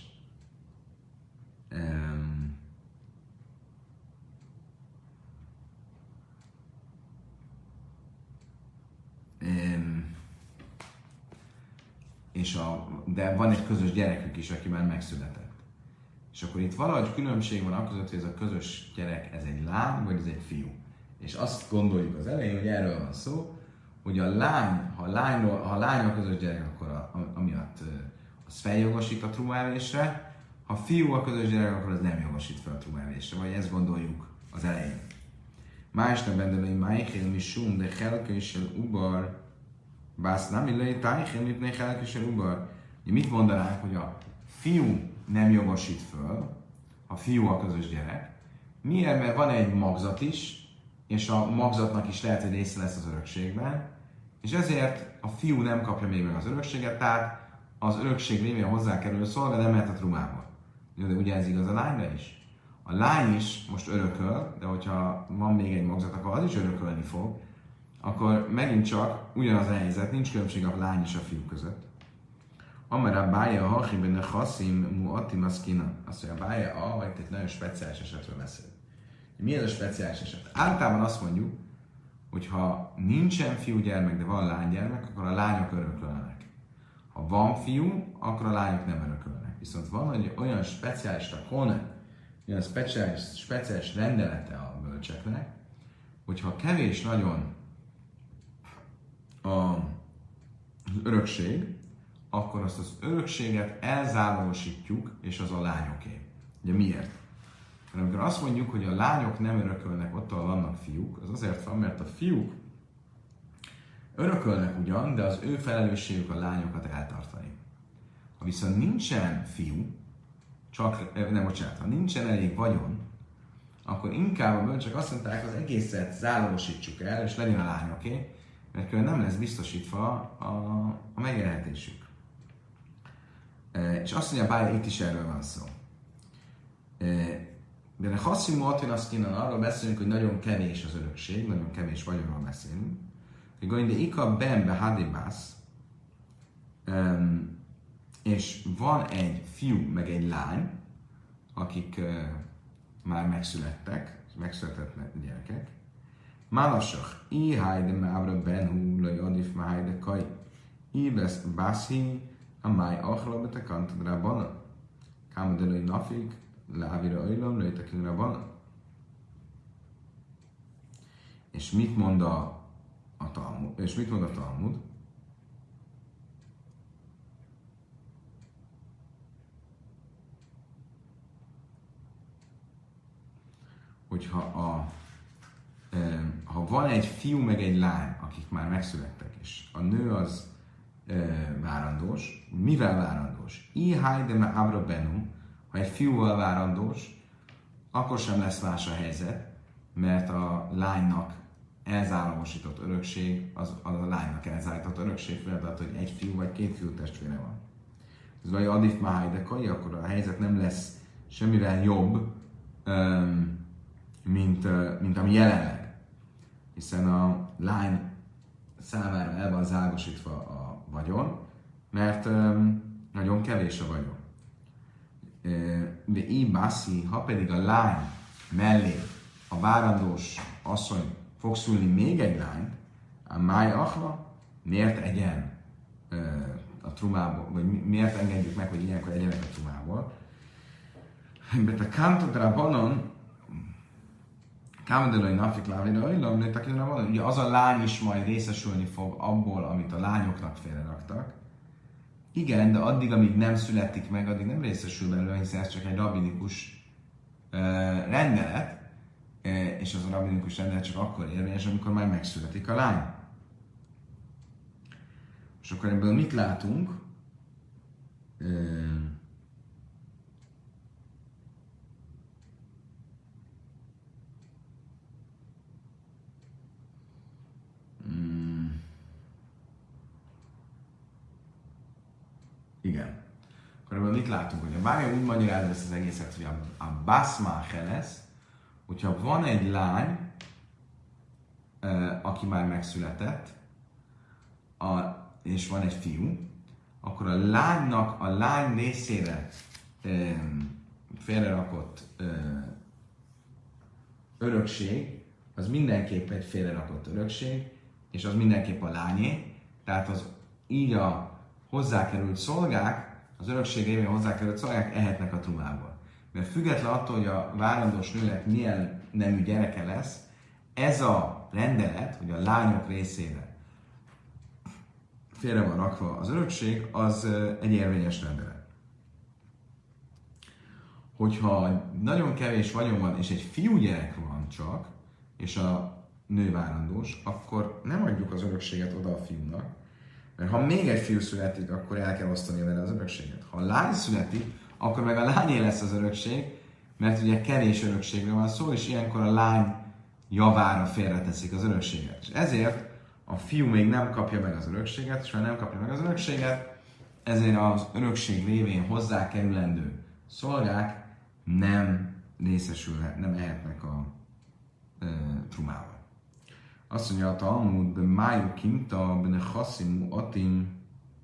de van egy közös gyerekük is, aki már megszületett. És akkor itt valahogy különbség van akközött, hogy ez a közös gyerek, ez egy lány, vagy ez egy fiú. És azt gondoljuk az elején, hogy erről van szó, hogy a lány, ha a lány a közös gyerek, akkor amiatt az feljogosít a trumávésre, ha fiú a közös gyerek, akkor az nem jogosít fel a trumávésre, vagy ezt gondoljuk az elején. Másnak bendelői májhél misum, de helkösel ubar, bász nem illai tájhél, mit ne helkösel ubar. Mit mondanánk, hogy a fiú nem jogosít föl, a fiú a közös gyerek. Miért? Mert van egy magzat is, és a magzatnak is lehet, hogy része lesz az örökségben, és ezért a fiú nem kapja még meg az örökséget, tehát az örökség révén hozzákerülő szolga nem mehet a trumába. De ugye ez igaz a lányra is. A lány is most örököl, de hogyha van még egy magzat, akkor az is örökölni fog, akkor megint csak ugyanaz a helyzet, nincs különbség a lány és a fiú között. Amara bája a hachiben a haszim muatim aszkina. Azt mondja, bája a, egy nagyon speciális esetről beszél. Mi ez a speciális eset? Általában azt mondjuk, hogy ha nincsen fiúgyermek, de van lánygyermek, akkor a lányok örökölnek. Ha van fiú, akkor a lányok nem örökölnek. Viszont van egy olyan speciális takone, olyan speciális rendelete a bölcseknek, hogyha kevés nagyon az örökség, akkor azt az örökséget elzárólosítjuk, és az a lányoké. Ugye miért? Mert amikor azt mondjuk, hogy a lányok nem örökölnek ott, ahol vannak fiúk, az azért van, mert a fiúk örökölnek ugyan, de az ő felelősségük a lányokat eltartani. Ha viszont nincsen fiú, ha nincsen elég vagyon, akkor inkább a bölcsek azt mondták, az egészet zárólosítsuk el, és legyen a lányoké, mert különben nem lesz biztosítva a megélhetésük. És azt mondja, bár itt is erről van szó. De a Hasszimó Atinaszkinan arról beszélünk, hogy nagyon kevés az örökség, nagyon kevés vagyonról beszélünk. De Ika Bembe Hadibász, és van egy fiú, meg egy lány, akik már megszületett gyerekek. Málasach, i hájde mábra benhú, laj adif májde kaj, ibesz bászi, a máj achlabete kantadra bana. Kámodelői nafik, lávira öjlöm, lőjtekülre bana. És mit mond a Talmud? Hogyha ha van egy fiú meg egy lány, akik már megszülettek, és a nő az várandós, mivel várandós? Ihaj me abra benu, ha egy fiúval várandós, akkor sem lesz más a helyzet, mert a lánynak elzárólosított örökség, az a lánynak elzárólosított örökség, félretett, hogy egy fiú vagy két fiú testvére van. Ez vagy adif máj de kai, akkor a helyzet nem lesz semmivel jobb, mint ami jelenleg. Hiszen a lány számára el van zágosítva a vagyon, mert nagyon kevés a vagyon. De Ibászi, ha pedig a lány mellé a várandós asszony fog szülni még egy lányt, a máj ahla, miért egyen a trumából, vagy miért engedjük meg, hogy ilyenkor egyenek a trumából. Bet a kantodra banon, kámodelai napik lávidai, ugye az a lány is majd részesülni fog abból, amit a lányoknak félreraktak. Igen, de addig, amíg nem születik meg, addig nem részesül belőle, hiszen ez csak egy rabbinikus rendelet, és az a rabbinikus rendelet csak akkor érvényes, amikor már megszületik a lány. És akkor ebből mit látunk? Igen. Akkor ebből mit látunk? Hogy a Bája úgy magyarázza ezt az egészet, hogy a Baszmáhe lesz, hogyha van egy lány, aki már megszületett, és van egy fiú, akkor a lánynak a lány részére félrerakott örökség, az mindenképp egy félrerakott örökség, és az mindenképp a lányé, tehát az így a hozzákerült szolgák, az örökség révén hozzákerült szolgák ehetnek a trumából. Mert független attól, hogy a várandós nőnek milyen nemű gyereke lesz, ez a rendelet, hogy a lányok részére félre van rakva az örökség, az egy érvényes rendelet. Hogyha nagyon kevés vagyon van, és egy fiúgyerek van csak, és a nő várandós, akkor nem adjuk az örökséget oda a fiúnak, mert ha még egy fiú születik, akkor el kell osztani vele az örökséget. Ha a lány születik, akkor meg a lányé lesz az örökség, mert ugye kevés örökségről van szó, és ilyenkor a lány javára félreteszik az örökséget. És ezért a fiú még nem kapja meg az örökséget, és ha nem kapja meg az örökséget, ezért az örökség révén hozzákerülendő szolgák nem részesülhet, nem ehetnek a trumával. Azt mondja a Talmud, de májú kinta, benne chassimu atim.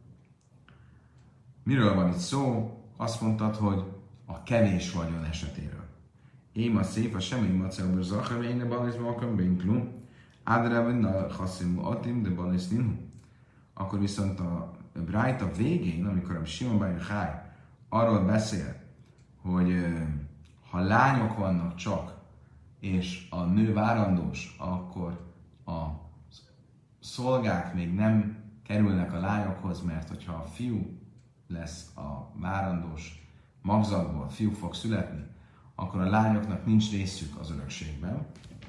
Miről van itt szó? Azt mondtad, hogy a kevés vagyon esetéről. Én a szép, a semmi macauber zachar, én a banész malkam bénklum, ádrában a chassimu atim, de banész ninhu. Akkor viszont a Brájta végén, amikor a Simon Bar Yochai arról beszél, hogy ha lányok vannak csak, és a nő várandós, akkor a szolgák még nem kerülnek a lányokhoz, mert hogyha a fiú lesz a várandós magzatból, fiú fog születni, akkor a lányoknak nincs részük az örökségben.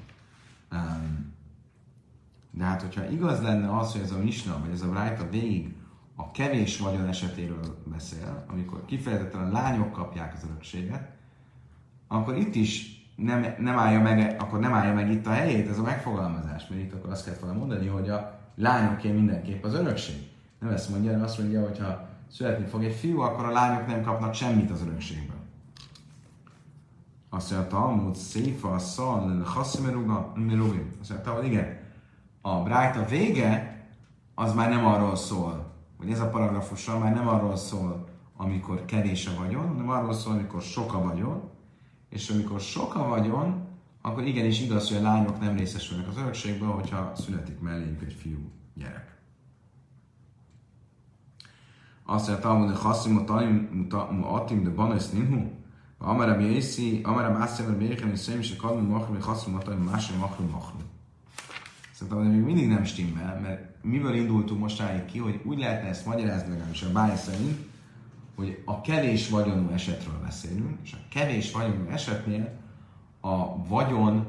De hát, hogyha igaz lenne az, hogy ez a misna, vagy ez a brájta végig a kevés vagyon esetéről beszél, amikor kifejezetten a lányok kapják az örökséget, akkor itt is nem állja meg itt a helyét ez a megfogalmazás, mert itt akkor azt kellett volna mondani, hogy a lányoké mindenképp az örökség. Nem ezt mondja, hanem azt mondja, hogy ha születni fog egy fiú, akkor a lányok nem kapnak semmit az örökségből. Azt mondja, Talmud, Széfa, Szal, Chasszimeruga, Merugim. Azt mondja, hogy igen, a brájta vége az már nem arról szól, vagy ez a paragrafussal már nem arról szól, amikor kevés a vagyon, hanem arról szól, amikor sok a vagyon, és amikor sok a vagyon, akkor igenis igaz, hogy a lányok nem részesülnek az örökségből, hogyha születik melléjük egy fiú gyerek. Azt mondja, Talmud, hogy Chassimu atim de banész ninhu, amara bjészi, amara mászjával bjéken, és szem is a kadmu machrum, hogy Chassimu atim másra machrum. Szerintem még mindig nem stimmel, mert miből indultunk mostanáig ki, hogy úgy lehetne ezt magyarázni legalábbis a Bája szerint, hogy a kevés vagyonú esetről beszélünk, és a kevés vagyonú esetnél a vagyon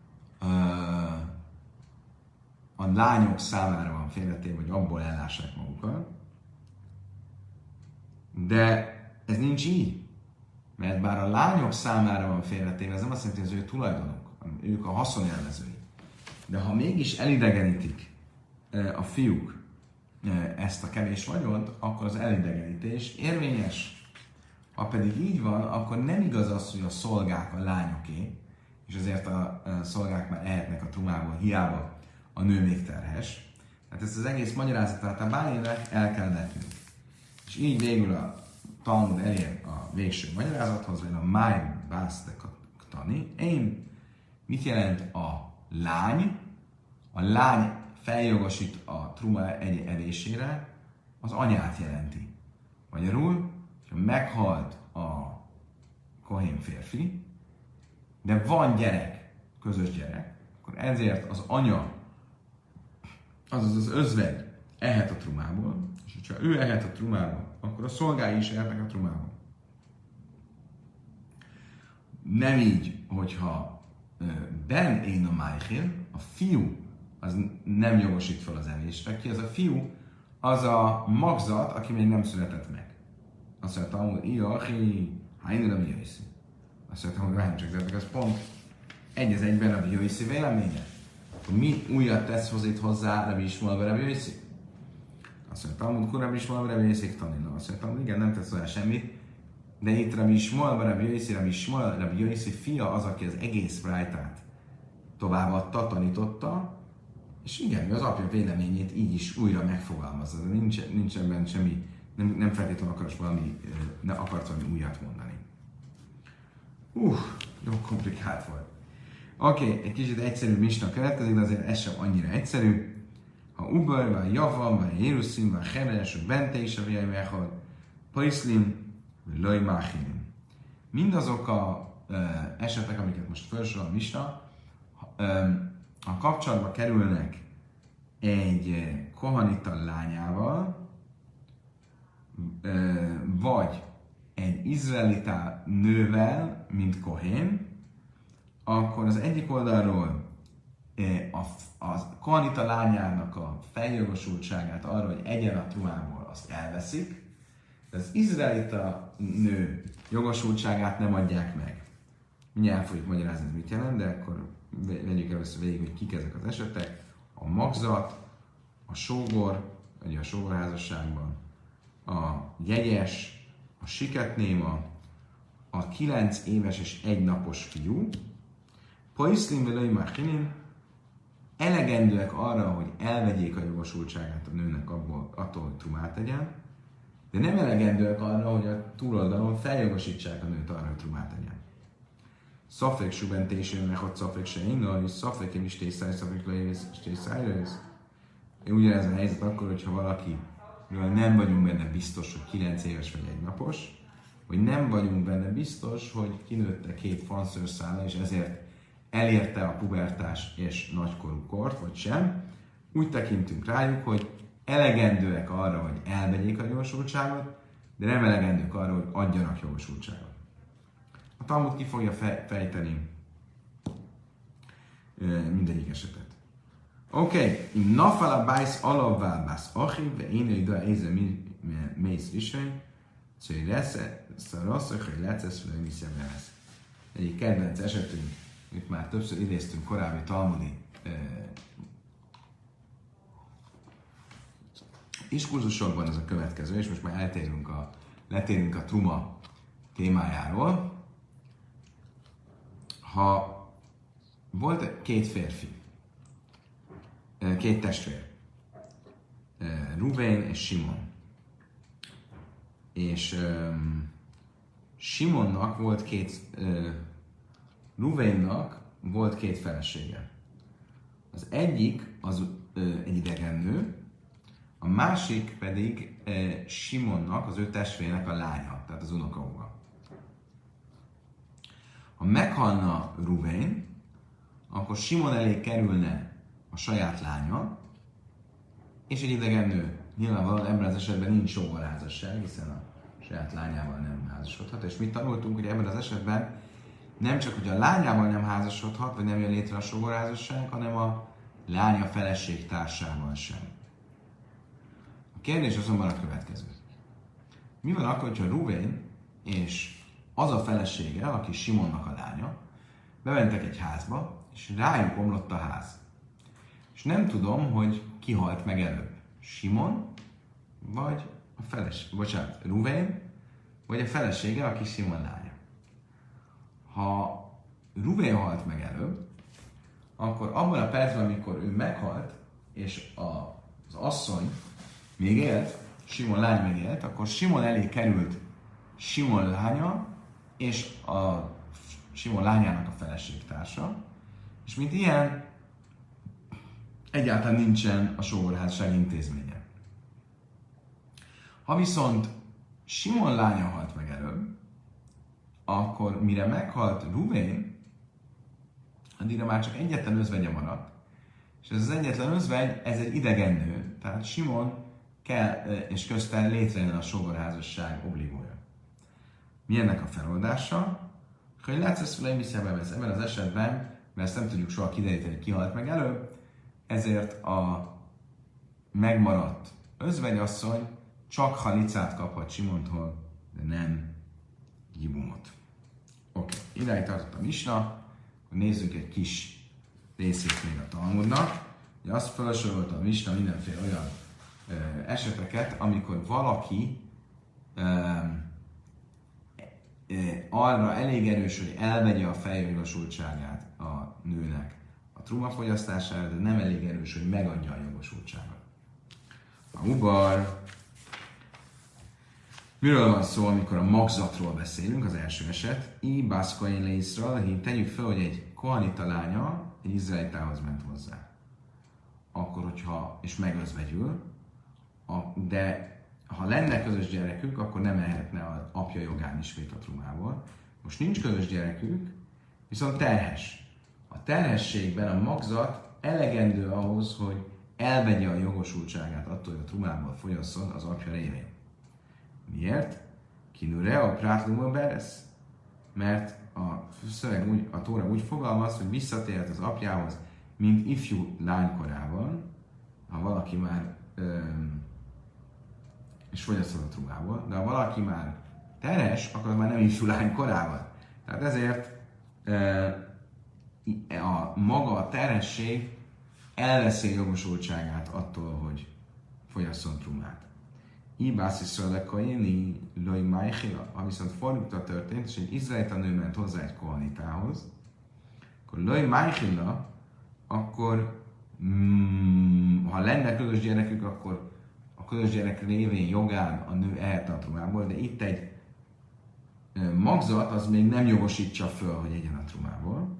a lányok számára van félretéve, hogy abból ellássák magukat. De ez nincs így, mert bár a lányok számára van félretéve, ez nem azt jelenti, hogy az ő tulajdonuk, hanem ők a haszonélvezői. De ha mégis elidegenítik a fiúk ezt a kevés vagyont, akkor az elidegenítés érvényes. Ha pedig így van, akkor nem igaz az, hogy a szolgák a lányoké, és ezért a szolgák már ehetnek a trumából, hiába a nő még terhes. Tehát ezt az egész magyarázatát a Bálinak el kell vetni. És így végül a Talmud elér a végső magyarázathoz, vagy a Máj Básztani. Mit jelent a lány? A lány feljogosít a truma evésére, az anyát jelenti. Magyarul, ha meghalt a kohén férfi, de van gyerek, közös gyerek, akkor ezért az anya, azaz az özvegy ehet a trumából, és ha ő ehet a trumából, akkor a szolgái is ehetnek a trumából. Nem így, hogyha ben én a májhél, a fiú az nem jogosít fel az evésre. Ki az a fiú? Az a magzat, aki még nem született meg. Azt mondtam, hogy Iachi, hányra mi jöjszi? Azt mondtam, hogy váljunk csak, ez pont egy az egyben Rabbi Yossi véleménye. Akkor mi újat tesz hozzá Rabbi Ismaelbe Rabbi Yossi? Azt mondtam, hogy Rabbi Ismaelbe Rabbi Yossi tanulna. Azt mondtam, hogy igen, nem tesz hozzá semmit, de itt Rabbi Ismaelbe Rabbi Yossi fia az, aki az egész brájtát továbbadta, tanította, és igen, az apja véleményét így is újra megfogalmazza, de nincs ebben semmi, nem feltétlenül akarsz valami újat mondani. Jó komplikált volt. Oké, egy kicsit egyszerű misna következik, de azért ez sem annyira egyszerű. Ha Uber, vagy Javan, vagy Jéruszim, vagy Heres, vagy Bente is a Vjajmechod, Paiszlim, vagy Lajmáchinim. Mindazok a esetek, amiket most felsorol a misna, a kapcsolatba kerülnek egy kohanita lányával, vagy egy izraelita nővel, mint kohén, akkor az egyik oldalról a kohanita lányának a feljogosultságát arra, hogy egyen a trumából, azt elveszik, de az izraelita nő jogosultságát nem adják meg. Mindjárt fogjuk magyarázni, ez mit jelent, de akkor vegyük először végig, hogy kik ezek az esetek. A magzat, a sógor, vagy a sógorházasságban, a jegyes, a siketnéma, a 9 éves és 1 napos fiú, Paiszlim velői máchinim, elegendőek arra, hogy elvegyék a jogosultságát a nőnek attól, hogy trumát tegyen, de nem elegendőek arra, hogy a túloldalon feljogosítsák a nőt arra, hogy trumát tegyen. Szafek subentésőnek ott szafek se inna, és szafek is tészáj, szafek leévész, és tészájra. Ugyanez a helyzet akkor, hogyha valakiről nem vagyunk benne biztos, hogy 9 éves vagy 1 napos, vagy nem vagyunk benne biztos, hogy kinőtte 2 fanszőrszála, és ezért elérte a pubertás és nagykorú kort, vagy sem. Úgy tekintünk rájuk, hogy elegendőek arra, hogy elvegyék a jogosultságot, de nem elegendők arra, hogy adjanak jogosultságot. A Talmud ki fogja fejteni mindegyik esetet. Oké, nafala bájsz alavvál bász achiv, de én ide éze mész iseny, szóval lesz, hogy lecesz, hogy miszem lesz. Egyik kedvenc esetünk, amit már többször idéztünk korábbi talmudi diskurzusokban, ez a következő, és most már letérünk a truma témájáról. Ha volt 2 férfi, 2 testvér, Ruvén és Simon, és Simonnak volt Ruvénnak volt 2 felesége. Az egyik az egy idegen nő, a másik pedig Simonnak, az ő testvérének a lánya, tehát az unokahúga. Ha meghalna Ruvén, akkor Simon elé kerülne a saját lánya, és egy idegen nő. Nyilvánvalóan ebben az esetben nincs sógorházasság, hiszen a saját lányával nem házasodhat. És mit tanultunk, hogy ebben az esetben nem csak, hogy a lányával nem házasodhat, vagy nem jön létre a sógorházasság, hanem a lánya feleség társával sem. A kérdés azonban a következő. Mi van akkor, hogyha Ruvén és az a felesége, aki Simonnak a lánya, bementek egy házba, és rájuk omlott a ház. És nem tudom, hogy ki halt meg előbb. Simon, vagy a Ruvén, vagy a felesége, aki Simon lánya. Ha Ruvén halt meg előbb, akkor abban a percben, amikor ő meghalt, és az asszony még élt, Simon lány még élt, akkor Simon elé került Simon lánya, és a Simon lányának a feleségtársa, és mint ilyen, egyáltalán nincsen a sógorházasság intézménye. Ha viszont Simon lánya halt meg előbb, akkor mire meghalt Ruvén, addigra már csak egyetlen özvegye maradt, és ez az egyetlen özvegy, ez egy idegen nő, tehát Simon kell, és közben létrejön a sógorházasság obligója. Mi ennek a feloldása? Hogy látsz, ebben az esetben, mert ezt nem tudjuk soha kideríteni, hogy ki halt meg előbb, ezért a megmaradt özvegyasszony csak halicát kaphat Simontól, de nem jibumot. Oké, idáig tartott a misna, akkor nézzük egy kis részét még a Talmudnak. Ugye azt felsorolta a misna mindenféle olyan eseteket, amikor valaki arra elég erős, hogy elvegye a feljogosultságát a nőnek a truma fogyasztására, de nem elég erős, hogy megadja a jogosultságot. A ubar. Miről van szó, amikor a magzatról beszélünk, az első eset? Baszkoin lészről, tegyük fel, hogy egy kohanita lánya egy izraelitához ment hozzá. Akkor, hogyha, és megözvegyül, de ha lenne közös gyerekük, akkor nem ehetne az apja jogán ismét a trumából. Most nincs közös gyerekük, viszont terhes. A terhességben a magzat elegendő ahhoz, hogy elvegye a jogosultságát attól, hogy a trumából fogyasszon az apja révén. Miért? Kinure a prátlumon beresz? Mert a szöveg úgy, a Tóra úgy fogalmaz, hogy visszatérhet az apjához, mint ifjú lánykorában, ha valaki már és fogyasztott a trumából, de ha valaki már terhes, akkor már nem ifjú lánykorában. Tehát ezért maga a terhesség elveszi a jogosultságát attól, hogy fogyasszon trumát. Ha viszont fordítva történt, és egy izraelita nő ment hozzá egy kohanitához, akkor Loi Májchilla, akkor ha lenne közös gyerekük, akkor a közös gyerek révén jogán a nő ehetne a trumából, de itt egy magzat az még nem jogosítsa föl, hogy egyen a trumából.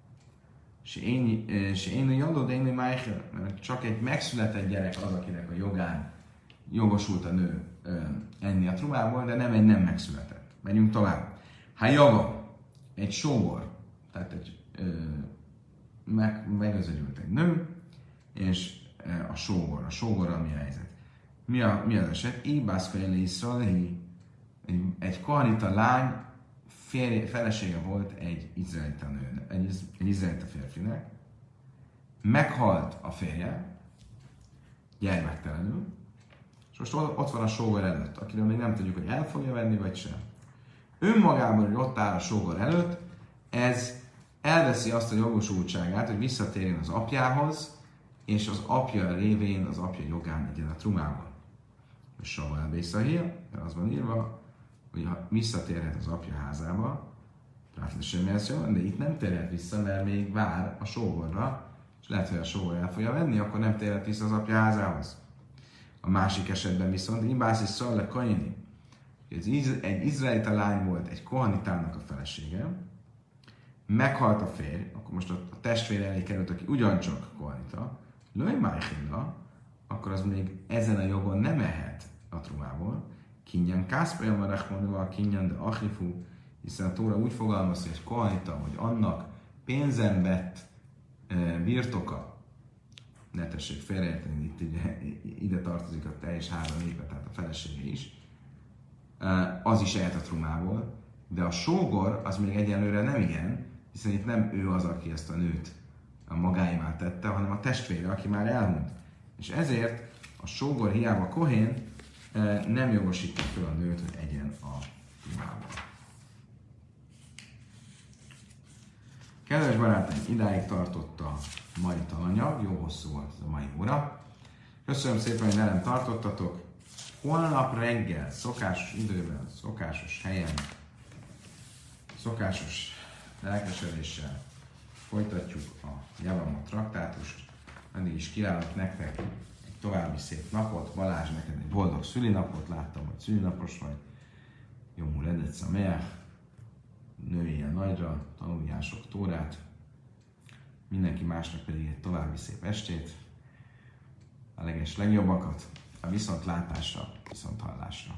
És én jadó, de én Májchilla, mert csak egy megszületett gyerek az, akinek a jogán jogosult a nő enni a trumából, de nem egy nem megszületett. Menjünk tovább. Ha jaga, egy sógor, tehát egy megözvegyült egy nő, és a sógorral mi a helyzet? Mi az eset? Ibászka Eliszralhi, egy kohanita lány felesége volt egy izraelita nőnek, egy izraelita férfinek, meghalt a férje, gyermektelenül, és most ott van a sógor előtt, akiről még nem tudjuk, hogy el fogja venni, vagy sem. Önmagában, hogy ott áll a sógor előtt, ez elveszi azt a jogosultságát, hogy visszatérjen az apjához, és az apja révén, az apja jogán legyen a trumával. És Saval Bészahia, de az van írva, hogy visszatérhet az apja házába, de itt nem térhet vissza, mert még vár a sógorra, és lehet, hogy a sógor el fogja venni, akkor nem térhet vissza az apja házához. A másik esetben viszont Ibász és Szarle Kaini, egy izraelita lány volt egy kohanitának a felesége, meghalt a férj, akkor most a testvére elé került, aki ugyancsak kohanita, Lőj Májchilla, akkor az még ezen a jogon nem ehet a trumából. Kinyan Kászpajan Marachmonova, Kinyan de Achifú, hiszen a Tóra úgy fogalmaz, hogy egy kohanita, hogy annak pénzen vett birtoka, ne tessék félreérteni, itt ide tartozik a teljes három népe, tehát a felesége is, az is ehet a trumából, de a sógor az még egyelőre nem igen, hiszen itt nem ő az, aki ezt a nőt a magáévá tette, hanem a testvére, aki már elhunyt. És ezért a sógor hiába kohén nem jogosítja fel a nőt, hogy egyen a trumából. Kedves barátaim, idáig tartott a mai tananyag, jó hosszú volt ez a mai óra. Köszönöm szépen, hogy velem tartottatok. Holnap reggel, szokásos időben, szokásos helyen, szokásos lelkesedéssel folytatjuk a Javamot traktátust. Addig is kívánok nektek egy további szép napot. Balázs, neked egy boldog szülinapot. Láttam, hogy szülinapos vagy. Jó ledet szameach. Nőjél nagyra, tanuljál sok tórát. Mindenki másnak pedig egy további szép estét. A leges legjobbakat. A viszontlátásra, viszonthallásra.